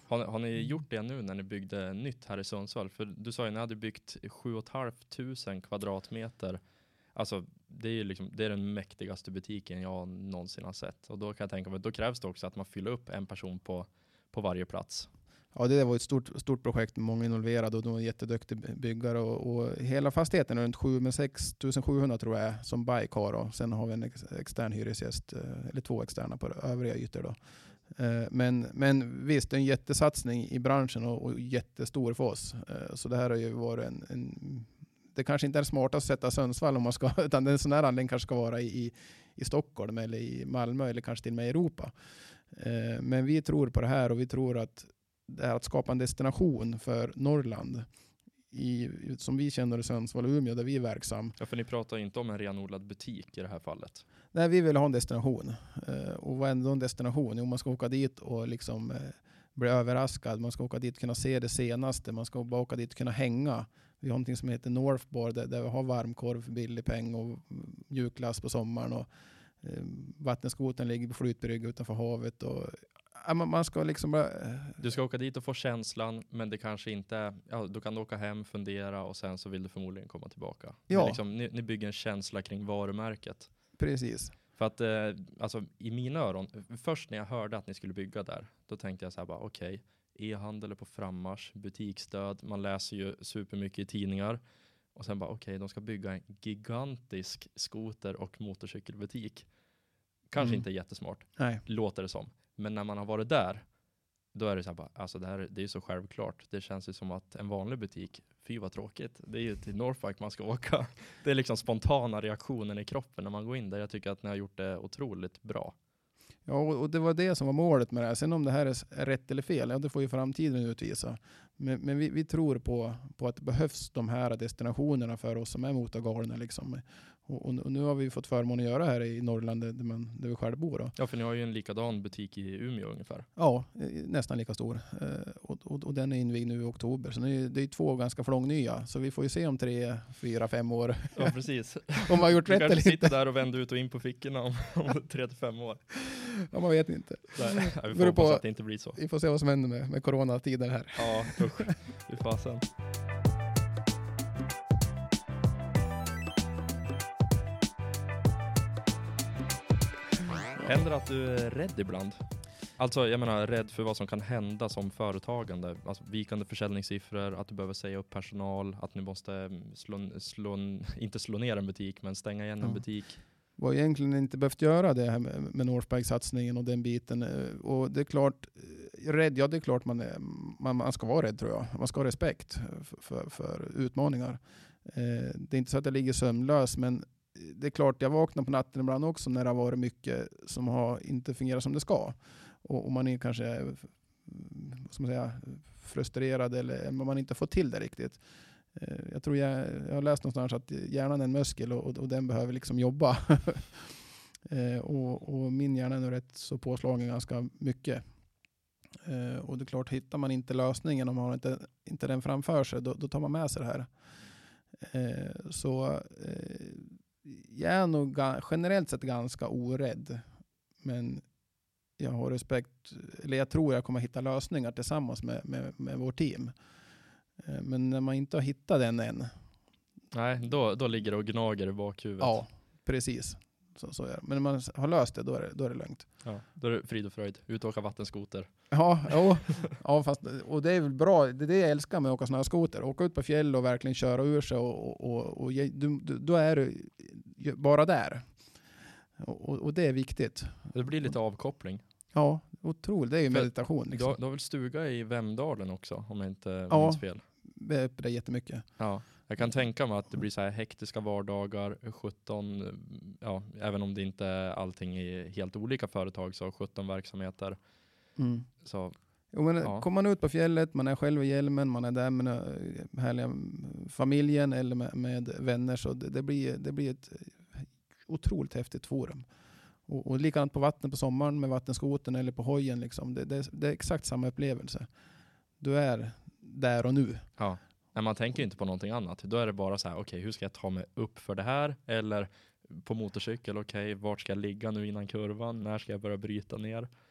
Har, har ni gjort det nu när ni byggde nytt här i Sundsvall? För du sa ju att ni hade byggt sju och ett halvt tusen kvadratmeter. Alltså det är ju liksom, det är den mäktigaste butiken jag någonsin har sett. Och då kan jag tänka mig, då krävs det också att man fyller upp en person på, på varje plats. Ja, det var ett stort, stort projekt med många involverade och de var jätteduktiga byggare. Och, och hela fastigheten är runt sju med sex tusen sjuhundra tror jag som bike har. Och sen har vi en ex, extern hyresgäst, eller två externa på övriga ytor då. Men, men visst, det är en jättesatsning i branschen och, och jättestor för oss. Så det här har ju varit en, en det kanske inte är smart att sätta Sundsvall om man ska, utan en sån här anläggning kanske ska vara i, i Stockholm eller i Malmö eller kanske till och med i Europa. Men vi tror på det här och vi tror att det är att skapa en destination för Norrland i, som vi känner i Sundsvall och Umeå där vi är verksam. Ja, för ni pratar inte om en renodlad butik i det här fallet. Nej, vi vill ha en destination. Uh, och vad är ändå en destination? Jo, man ska åka dit och liksom uh, bli överraskad. Man ska åka dit och kunna se det senaste. Man ska bara åka dit och kunna hänga. Vi har någonting som heter Northboard där, där vi har varmkorv för billig peng och mjukglass på sommaren. Och, uh, vattenskoten ligger på flytbrygg utanför havet och man ska liksom bara... Du ska åka dit och få känslan, men det kanske inte... Ja, du kan åka hem, fundera och sen så vill du förmodligen komma tillbaka. Ja. Liksom, ni, ni bygger en känsla kring varumärket. Precis. För att eh, alltså, i mina öron, först när jag hörde att ni skulle bygga där, då tänkte jag så här bara, okej, okay, e-handel är på frammarsch, butiksstöd, man läser ju supermycket i tidningar. Och sen bara, okej, okay, de ska bygga en gigantisk skoter- och motorcykelbutik. Kanske mm. inte jättesmart, Nej. Låter det som. Men när man har varit där, då är det så här bara, alltså det här det är så självklart. Det känns ju som att en vanlig butik, fy vad tråkigt. Det är ju till Northbike man ska åka. Det är liksom spontana reaktionen i kroppen när man går in där. Jag tycker att ni har gjort det otroligt bra. Ja, och det var det som var målet med det här. Sen om det här är rätt eller fel, ja, det får ju framtiden utvisa. Men, men vi, vi tror på, på att det behövs de här destinationerna för oss som är motorgalna liksom. Och, och nu har vi fått förmån att göra här i Norrland där, man, där vi själva bor. Då. Ja, för ni har ju en likadan butik i Umeå ungefär. Ja, nästan lika stor. Och, och, och den är invigd nu i oktober. Så det är, det är två ganska flångnya. Så vi får ju se om tre, fyra, fem år. Ja, precis. Om man har gjort rätt eller inte. Du kanske sitter där och vänder ut och in på fickorna om, om tre till fem år. Ja, man vet inte. Nej, vi får hoppas att det inte blir så. Vi får se vad som händer med, med coronatiden här. Ja, usch. Vi får sen. Händer att du är rädd ibland? Alltså, jag menar rädd för vad som kan hända som företagande. Alltså vikande försäljningssiffror, att du behöver säga upp personal, att ni måste slå, slå, inte slå ner en butik, men stänga igen en ja. butik. Vi har egentligen inte behövt göra det här med, med Northbike-satsningen och den biten. Och det är klart, rädd, ja det är klart man, är, man, man ska vara rädd tror jag. Man ska ha respekt för, för, för utmaningar. Eh, det är inte så att jag ligger sömnlös, men det är klart jag vaknar på natten ibland också när det har varit mycket som har inte fungerat som det ska. Och, och man är kanske som man säger, frustrerad eller man inte får till det riktigt. Jag tror jag, jag har läst någonstans att hjärnan är en muskel och, och den behöver liksom jobba. och, och min hjärna är nu rätt så påslagen ganska mycket. Och det är klart, hittar man inte lösningen om man har inte, inte den framför sig, då, då tar man med sig det här. Så jag är nog ga- generellt sett ganska orädd. Men jag har respekt, eller jag tror jag kommer hitta lösningar tillsammans med, med, med vårt team. Men när man inte har hittat den än. Nej, då, då ligger det och gnager i bakhuvudet. Ja, precis. Så, så är det. Men när man har löst det, då är det, då är det lugnt. Ja, då är det frid och fröjd. Ut och åka vattenskoter. Ja, ja, ja fast, och det är väl bra. Det är det jag älskar med att åka snöskoter. Åka ut på fjäll och verkligen köra ur sig. Och, och, och, och du, då är du bara där. Och, och, och det är viktigt. Det blir lite avkoppling. Ja, otroligt. Det är ju För meditation. Liksom. Du, har, du har väl stuga i Vemdalen också, om jag inte ja, minns fel? Ja, det är uppe där jättemycket. Ja, jag kan tänka mig att det blir så här hektiska vardagar, sjutton, ja, även om det inte är allting i helt olika företag, så sjutton verksamheter. Mm. Så, jo, men ja. Kommer man ut på fjället, man är själv i hjälmen, man är där med härliga familjen eller med, med vänner, så det, det, blir, det blir ett otroligt häftigt forum. Och, och likadant på vatten på sommaren med vattenskoten eller på hojen. Liksom. Det, det, det är exakt samma upplevelse. Du är där och nu. Ja, men man tänker ju inte på någonting annat. Då är det bara så här, okej, okay, hur ska jag ta mig upp för det här? Eller på motorcykel, okej, okay, vart ska jag ligga nu innan kurvan? När ska jag börja bryta ner?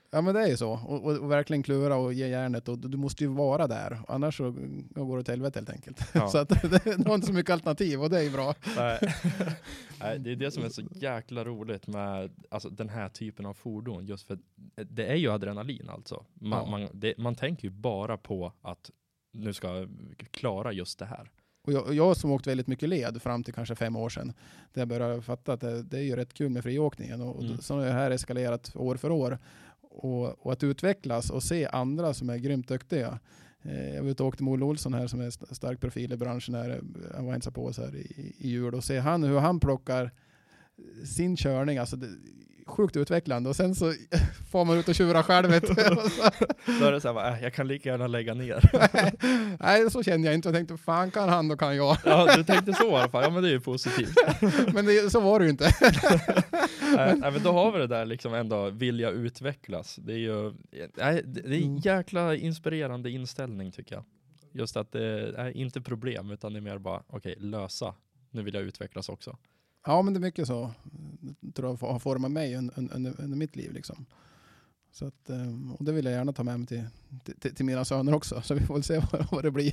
Ja, men det är ju så. Och, och, och verkligen klura och ge järnet. Och du måste ju vara där. Annars så går det åt helvete helt enkelt. Ja. Så att det har inte så mycket alternativ och det är ju bra. Nej. Nej, det är det som är så jäkla roligt med alltså, den här typen av fordon. Just för det är ju adrenalin alltså. Man, Ja. man, det, man tänker ju bara på att nu ska jag klara just det här. Och jag, jag som åkt väldigt mycket led fram till kanske fem år sedan. Där jag började fatta att det, det är ju rätt kul med friåkningen. Och, Mm. och så har det här eskalerat år för år. Och, och att utvecklas och se andra som är grymt duktiga. Eh, jag var ute och åkte med Olle Olsson här som är st- stark profil i branschen. Här. Han var hälsade på oss här i, i jul. Och se han, hur han plockar sin körning. Alltså det, sjukt utvecklande. Och sen så får man ut och tjura själv. vet du. Då är det så här, äh, jag kan lika gärna lägga ner. Nej, så kände jag inte. Jag tänkte, fan kan han, då kan jag. Ja, du tänkte så i alla fall. Ja, men det är ju positivt. Men det, så var det ju inte. Nej, nej, men då har vi det där liksom ändå vilja utvecklas. Det är ju nej, det det är en jäkla inspirerande inställning tycker jag. Just att det är inte problem utan det är mer bara okej, okay, lösa. Nu vill jag utvecklas också. Ja, men det är mycket så. Jag tror jag har format mig under, under, under mitt liv liksom. Så att, och det vill jag gärna ta med mig till, till, till mina söner också. Så vi får väl se vad, vad det blir.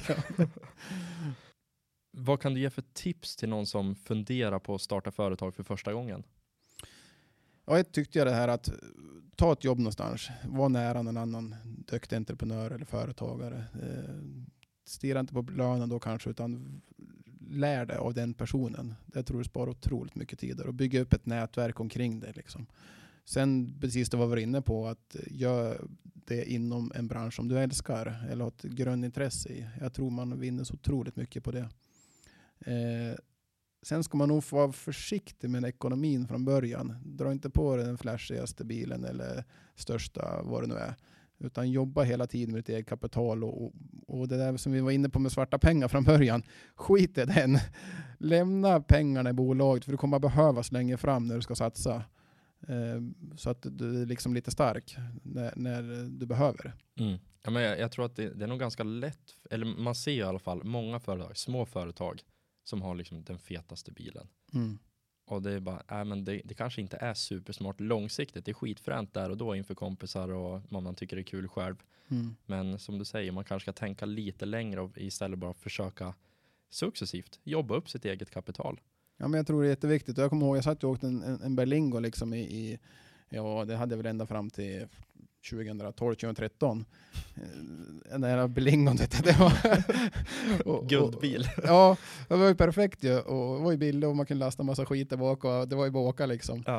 Vad kan du ge för tips till någon som funderar på att starta företag för första gången? Ja, jag tyckte jag det här att ta ett jobb någonstans. Var nära någon annan duktig entreprenör eller företagare. Eh, stirra inte på lönen då kanske, utan lär dig av den personen. Det tror jag sparar otroligt mycket tid. Och bygga upp ett nätverk omkring det. Liksom. Sen precis det var vi inne på, att göra det inom en bransch som du älskar eller har ett grundintresse i. Jag tror man vinner så otroligt mycket på det. Eh, sen ska man nog få vara försiktig med ekonomin från början. Dra inte på dig den flashigaste bilen eller största, vad det nu är. Utan jobba hela tiden med ditt eget kapital. Och, och det där som vi var inne på med svarta pengar från början. Skit i den. Lämna pengarna i bolaget, för du kommer behövas längre fram när du ska satsa. Eh, så att du är liksom lite stark när, när du behöver. Mm. Ja, men jag, jag tror att det, det är nog ganska lätt, eller man ser i alla fall många företag, små företag som har liksom den fetaste bilen. Mm. Och det är bara, äh, men det, det kanske inte är supersmart långsiktigt. Det är skitfränt där och då inför kompisar och vad man tycker är kul själv. Mm. Men som du säger, man kanske ska tänka lite längre och istället bara försöka successivt jobba upp sitt eget kapital. Ja, men jag tror det är jätteviktigt. Jag kommer ihåg, jag satt och åkte en, en, en Berlingo liksom i, i, ja, det hade jag väl ända fram till tjugotolv tjugotretton. Den där Berlingon, det var och, guldbil. Och, ja, det var ju perfekt ju. Och det var ju billigt och man kunde lasta en massa skit där bak och det var ju bara åka liksom. Ja.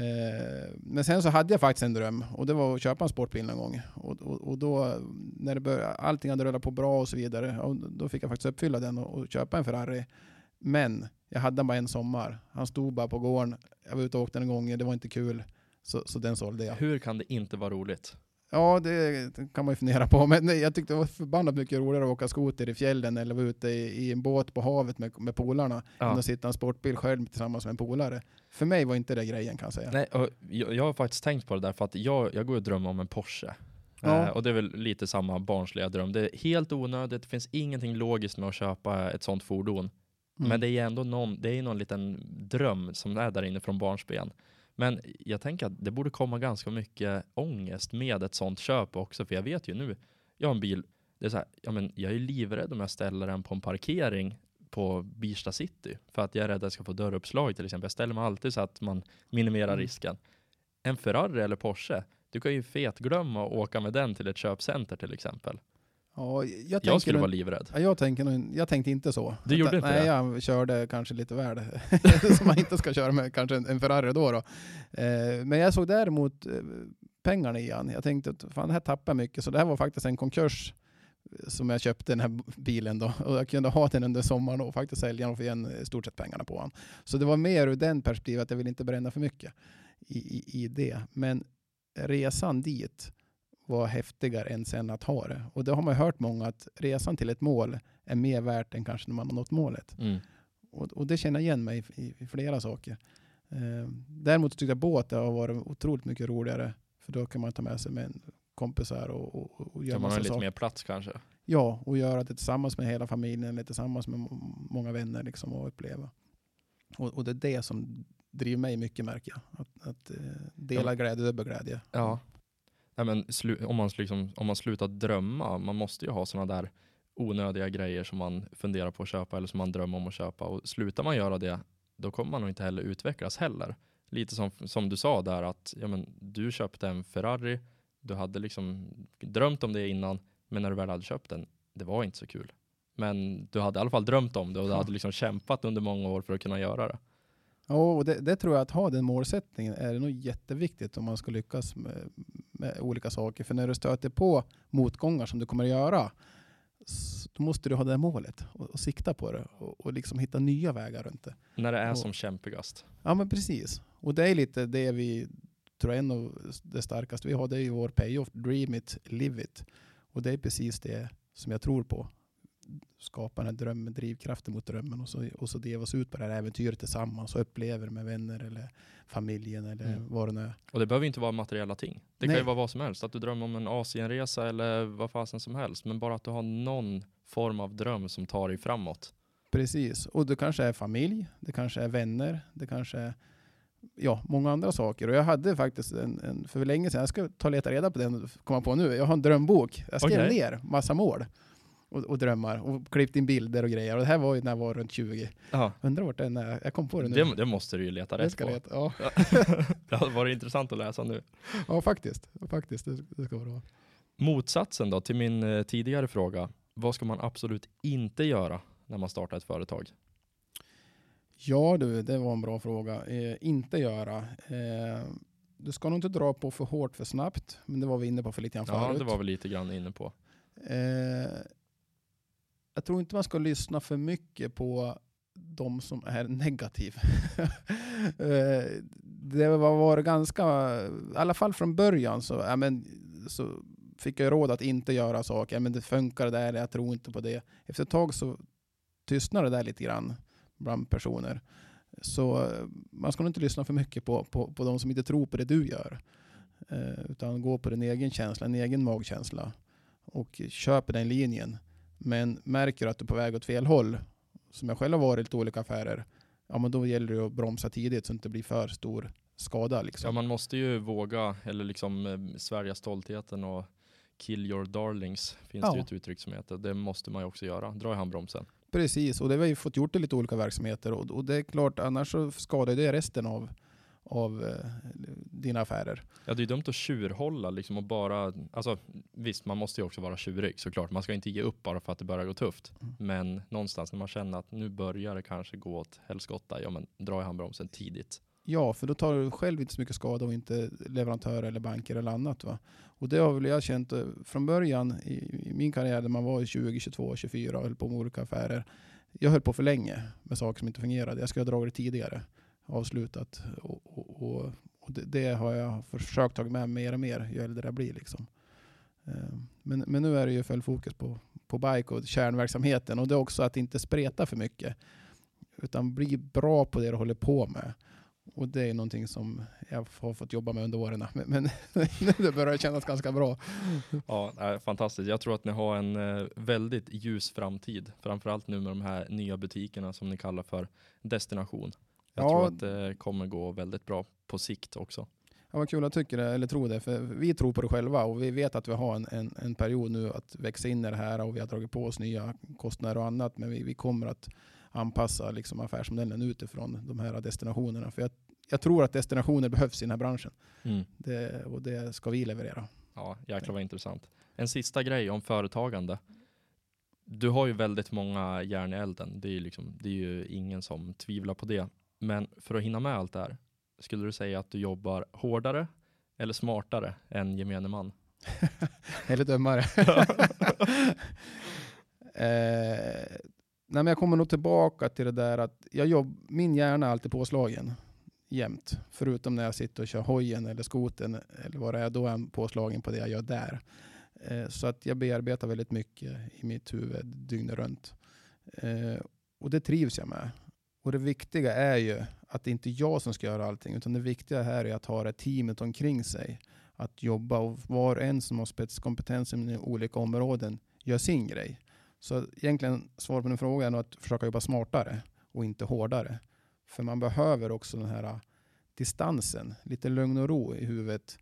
Eh, men sen så hade jag faktiskt en dröm och det var att köpa en sportbil någon gång. Och, och, och då när det började, allting hade rullat på bra och så vidare, och då fick jag faktiskt uppfylla den och, och köpa en Ferrari. Men jag hade den bara en sommar. Han stod bara på gården. Jag var ute och åkte en gång. Det var inte kul. Så, så den sålde jag. Hur kan det inte vara roligt? Ja, det kan man ju fundera på. Men nej, jag tyckte det var förbannat mycket roligare att åka skoter i fjällen eller vara ute i, i en båt på havet med, med polarna. Ja. Än att sitta i en sportbil själv tillsammans med en polare. För mig var inte det grejen, kan jag säga. Nej, och jag, jag har faktiskt tänkt på det där för att jag, jag går och drömmer om en Porsche. Ja. Eh, och det är väl lite samma barnsliga dröm. Det är helt onödigt. Det finns ingenting logiskt med att köpa ett sånt fordon. Mm. Men det är ändå någon, det är någon liten dröm som är där inne från barnsben. Men jag tänker att det borde komma ganska mycket ångest med ett sånt köp också. För jag vet ju nu, jag har en bil, det är så här, ja, men jag är livrädd om jag ställer den på en parkering på Birsta city. För att jag är rädd att jag ska få dörruppslag till exempel. Jag ställer mig alltid så att man minimerar Mm. risken. En Ferrari eller Porsche, du kan ju fet glömma att åka med den till ett köpcenter till exempel. Ja, jag, Jag tänker skulle nog- vara livrädd. Ja, jag, tänker nog, jag tänkte inte så. Du gjorde inte nej, det? jag körde kanske lite väl. Som man inte ska köra med kanske en, en Ferrari då. då. Eh, men jag såg däremot eh, pengarna i han. Jag tänkte att fan, det här tappar mycket. Så det här var faktiskt en konkurs som jag köpte den här bilen då. Och jag kunde ha den under sommaren och faktiskt sälja den och få igen i stort sett pengarna på han. Så det var mer ur den perspektivet att jag vill inte bränna för mycket i, i, i det. Men resan dit var häftigare än sen att ha det. Och det har man ju hört många, att resan till ett mål är mer värt än kanske när man har nått målet. Mm. Och, och det känner jag igen mig i, i, i flera saker. Eh, däremot tycker jag båt har varit otroligt mycket roligare. För då kan man ta med sig med en kompisar och, och, och göra Så man har massa lite saker. mer plats kanske. Ja, och göra det tillsammans med hela familjen eller tillsammans med må- många vänner liksom, och uppleva. Och, och det är det som driver mig mycket, märker jag. Att, att eh, dela Ja. glädje, dubbel glädje. Ja. Nej, men slu- om, man liksom, om man slutar drömma, man måste ju ha såna där onödiga grejer som man funderar på att köpa eller som man drömmer om att köpa. Och slutar man göra det, då kommer man nog inte heller utvecklas heller. Lite som, som du sa där att ja, men, du köpte en Ferrari, du hade liksom drömt om det innan, men när du väl hade köpt den, det var inte så kul. Men du hade i alla fall drömt om det och du Ja. hade liksom kämpat under många år för att kunna göra det. Ja, och det, det tror jag att ha den målsättningen är nog jätteviktigt om man ska lyckas med, med olika saker. För när du stöter på motgångar som du kommer att göra, så då måste du ha det här målet och, och sikta på det och, och liksom hitta nya vägar runt det. När det är och, som kämpigast. Ja, men precis. Och det är lite det vi tror är en av det starkaste vi har. Det är ju vår payoff, dream it, live it. Och det är precis det som jag tror på. Skapa den här drömmen, drivkraften mot drömmen och så, och så deva oss ut på det här äventyret tillsammans och upplever med vänner eller familjen eller Mm. vad det nu är. Och det behöver inte vara materiella ting. Det Nej. kan ju vara vad som helst. Att du drömmer om en Asienresa eller vad fasen som helst. Men bara att du har någon form av dröm som tar dig framåt. Precis. Och det kanske är familj, det kanske är vänner, det kanske är ja, många andra saker. Och jag hade faktiskt en, en för länge sedan, jag ska ta och leta reda på den och komma på nu. Jag har en drömbok. Jag skrev Okej. ner massa mål och, och drömmar och klippt in bilder och grejer. Och det här var ju när jag var runt tjugo. Ja. Undrar vart den är. Jag kom på det nu. Det, det måste du ju leta Jag rätt ska på. leta. Ja. Det hade varit intressant att läsa nu. ja, faktiskt. faktiskt. Det, det ska vara bra. Motsatsen då till min eh, tidigare fråga. Vad ska man absolut inte göra när man startar ett företag? Ja du, det var en bra fråga. Eh, inte göra. Eh, du ska nog inte dra på för hårt för snabbt. Men det var vi inne på för lite grann Ja, förut. det var vi lite grann inne på. Eh, jag tror inte man ska lyssna för mycket på de som är negativ. eh, det var, var ganska, i alla fall från början så, ja, men, så fick jag råd att inte göra saker. Ja, men det funkar där, jag tror inte på det. Efter ett tag så tystnar det där lite grann bland personer. Så eh, man ska nog inte lyssna för mycket på, på, på de som inte tror på det du gör. Eh, utan gå på din egen känsla, en egen magkänsla. Och köper den linjen. Men märker att du är på väg åt fel håll, som jag själv har varit i lite olika affärer, ja men då gäller det att bromsa tidigt så att det inte blir för stor skada. Liksom. Ja, man måste ju våga, eller liksom eh, svärja stoltheten och kill your darlings, finns Ja. det ju ett uttryck som heter. Det måste man ju också göra. Dra i handbromsen. Precis, och det har vi fått gjort i lite olika verksamheter. Och, och det är klart, annars så skadar det resten av, av eh, dina affärer. Ja, det är dumt att tjurhålla liksom och bara, alltså visst, man måste ju också vara tjurig såklart. Man ska inte ge upp bara för att det börjar gå tufft. Mm. Men någonstans när man känner att nu börjar det kanske gå åt helskotta, ja men dra i handbromsen tidigt. Ja, för då tar du själv inte så mycket skada och inte leverantörer eller banker eller annat. Va? Och det har väl jag känt eh, från början i, i min karriär där man var tjugo, tjugotvå, tjugofyra och höll på med olika affärer. Jag höll på för länge med saker som inte fungerade. Jag skulle ha dragit det tidigare, avslutat. Och, och, och, och det, det har jag försökt ta med mer och mer ju äldre jag blir. Liksom. Eh, Men, men nu är det ju full fokus på, på bike och kärnverksamheten. Och det är också att inte spreta för mycket. Utan bli bra på det du håller på med. Och det är någonting som jag har fått jobba med under åren. Men, men det börjar kännas ganska bra. Ja, äh, fantastiskt. Jag tror att ni har en eh, väldigt ljus framtid. Framförallt nu med de här nya butikerna som ni kallar för destination. Jag Ja. tror att det kommer gå väldigt bra på sikt också. Ja, vad kul jag tycker det, eller tror det. För vi tror på det själva och vi vet att vi har en, en, en period nu att växa in i det här och vi har dragit på oss nya kostnader och annat. Men vi, vi kommer att anpassa liksom affärsmodellen utifrån de här destinationerna. För jag, jag tror att destinationer behövs i den här branschen. Mm. Det, och det ska vi leverera. Ja, jäklar vad intressant. En sista grej om företagande. Du har ju väldigt många järn i elden. Det är ju, liksom, det är ju ingen som tvivlar på det. Men för att hinna med allt det här, skulle du säga att du jobbar hårdare eller smartare än gemene man? Eller dömare. eh, nej, men jag kommer nog tillbaka till det där att jag jobb, min hjärna är alltid påslagen jämt. Förutom när jag sitter och kör hojen eller skoten eller vad det är, då är jag påslagen på det jag gör där. Eh, så att jag bearbetar väldigt mycket i mitt huvud dygnet runt. Eh, och det trivs jag med. Och det viktiga är ju att det inte är jag som ska göra allting, utan det viktiga här är att ha det teamet omkring sig. Att jobba, och var och en som har spetskompetens i olika områden gör sin grej. Så egentligen svar på den frågan är att försöka jobba smartare och inte hårdare. För man behöver också den här distansen, lite lugn och ro i huvudet.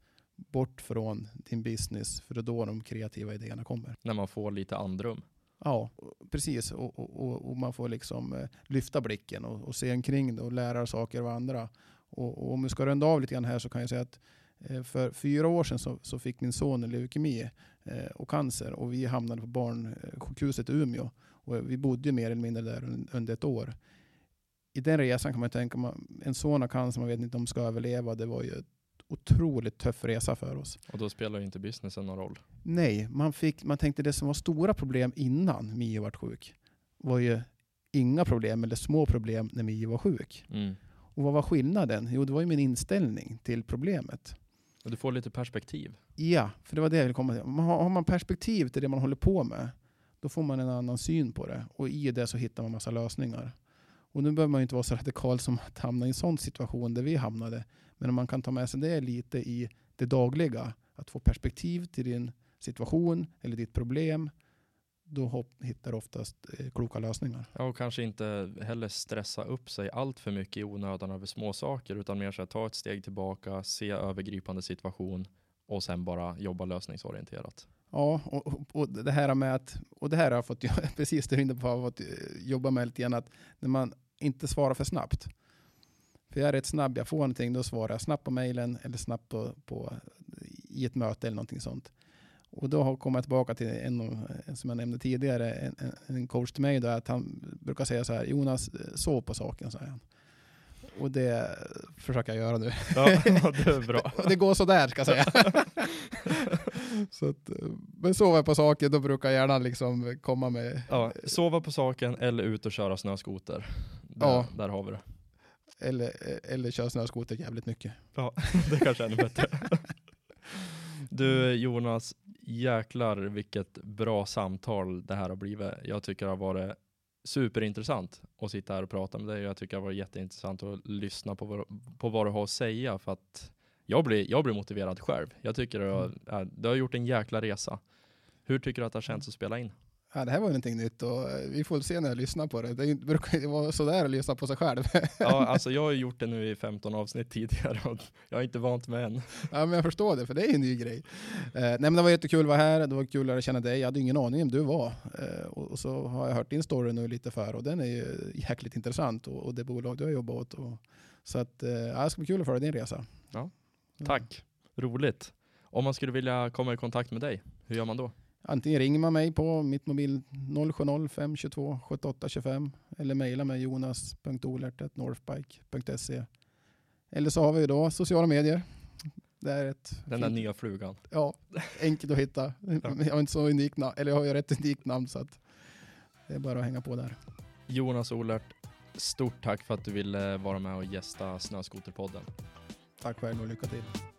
bort från din business, för det är då de kreativa idéerna kommer. När man får lite andrum. Ja, precis. Och, och, och man får liksom eh, lyfta blicken och, och se omkring det och lära saker av andra. Och, och om vi ska runda av lite grann här så kan jag säga att eh, för fyra år sedan så, så fick min son leukemi eh, och cancer, och vi hamnade på barnsjukhuset i Umeå. Och vi bodde mer eller mindre där under ett år. I den resan kan man tänka, man, en son har cancer, man vet inte om de ska överleva. Det var ju en otroligt tuff resa för oss. Och då spelar ju inte businessen någon roll. Nej, man, fick, man tänkte det som var stora problem innan Mio var sjuk var ju inga problem eller små problem när Mio var sjuk. Mm. Och vad var skillnaden? Jo, det var ju min inställning till problemet. Och du får lite perspektiv. Ja, för det var det jag ville komma till. Har man perspektiv till det man håller på med, då får man en annan syn på det. Och i det så hittar man massa lösningar. Och nu behöver man ju inte vara så radikal som att hamna i en sån situation där vi hamnade. Men om man kan ta med sig det lite i det dagliga, att få perspektiv till din situation eller ditt problem, då hopp, hittar du oftast eh, kloka lösningar. Ja, och kanske inte heller stressa upp sig allt för mycket i onödan över små saker, utan mer så att ta ett steg tillbaka, se övergripande situation och sen bara jobba lösningsorienterat. Ja, och, och, och det här med att, och det här har jag fått, precis det inne på, har fått jobba med lite grann, att när man inte svarar för snabbt. För jag är rätt snabb, jag får någonting, då svarar jag snabbt på mejlen eller snabbt på, på, i ett möte eller någonting sånt. Och då har kommit tillbaka till en, som jag nämnde tidigare, en, en coach till mig då, att han brukar säga så här: Jonas, sov på saken, säger han. Och det försöker jag göra nu. Ja, det är bra. Det går så där, ska jag säga. Så att, men sover jag på saker, då brukar jag gärna liksom komma med... Ja, sova på saken eller ut och köra snöskoter. Där, Ja. Där har vi det. Eller, eller köra snöskoter jävligt mycket. Ja, det kanske är ännu bättre. Du Jonas, jäklar vilket bra samtal det här har blivit. Jag tycker det har varit superintressant att sitta här och prata med dig. Jag tycker det har varit jätteintressant att lyssna på vad, på vad du har att säga, för att jag blir, jag blir motiverad själv. Jag tycker du har, äh, du har gjort en jäkla resa. Hur tycker du att det har känts att spela in? Ja, det här var ju någonting nytt och vi får se när jag lyssnar på det. Det brukar ju vara sådär att lyssna på sig själv. Ja, alltså jag har gjort det nu i femton avsnitt tidigare och jag är inte vant med än. Ja, men jag förstår det, för det är ju en ny grej. Eh, nej, men det var jättekul att vara här. Det var kul att känna dig. Jag hade ingen aning om du var. Eh, och, och så har jag hört din story nu lite för, och den är ju jäkligt intressant. Och, och det bolag du har jobbat åt. Och, så att, eh, ja, det ska bli kul att följa din resa. Ja, tack. Roligt. Om man skulle vilja komma i kontakt med dig, hur gör man då? Antingen ringer man mig på mitt mobil noll sju noll fem två två sju åtta två fem eller mejla mig jonas punkt olert at northbike punkt se. Eller så har vi då sociala medier. Det är ett Den där nya flugan. Ja, enkelt att hitta. Ja. Jag har inte så unikt namn, eller jag har ju rätt unikt namn, så att det är bara att hänga på där. Jonas Olert, stort tack för att du ville vara med och gästa Snöskoterpodden. Tack själv och lycka till.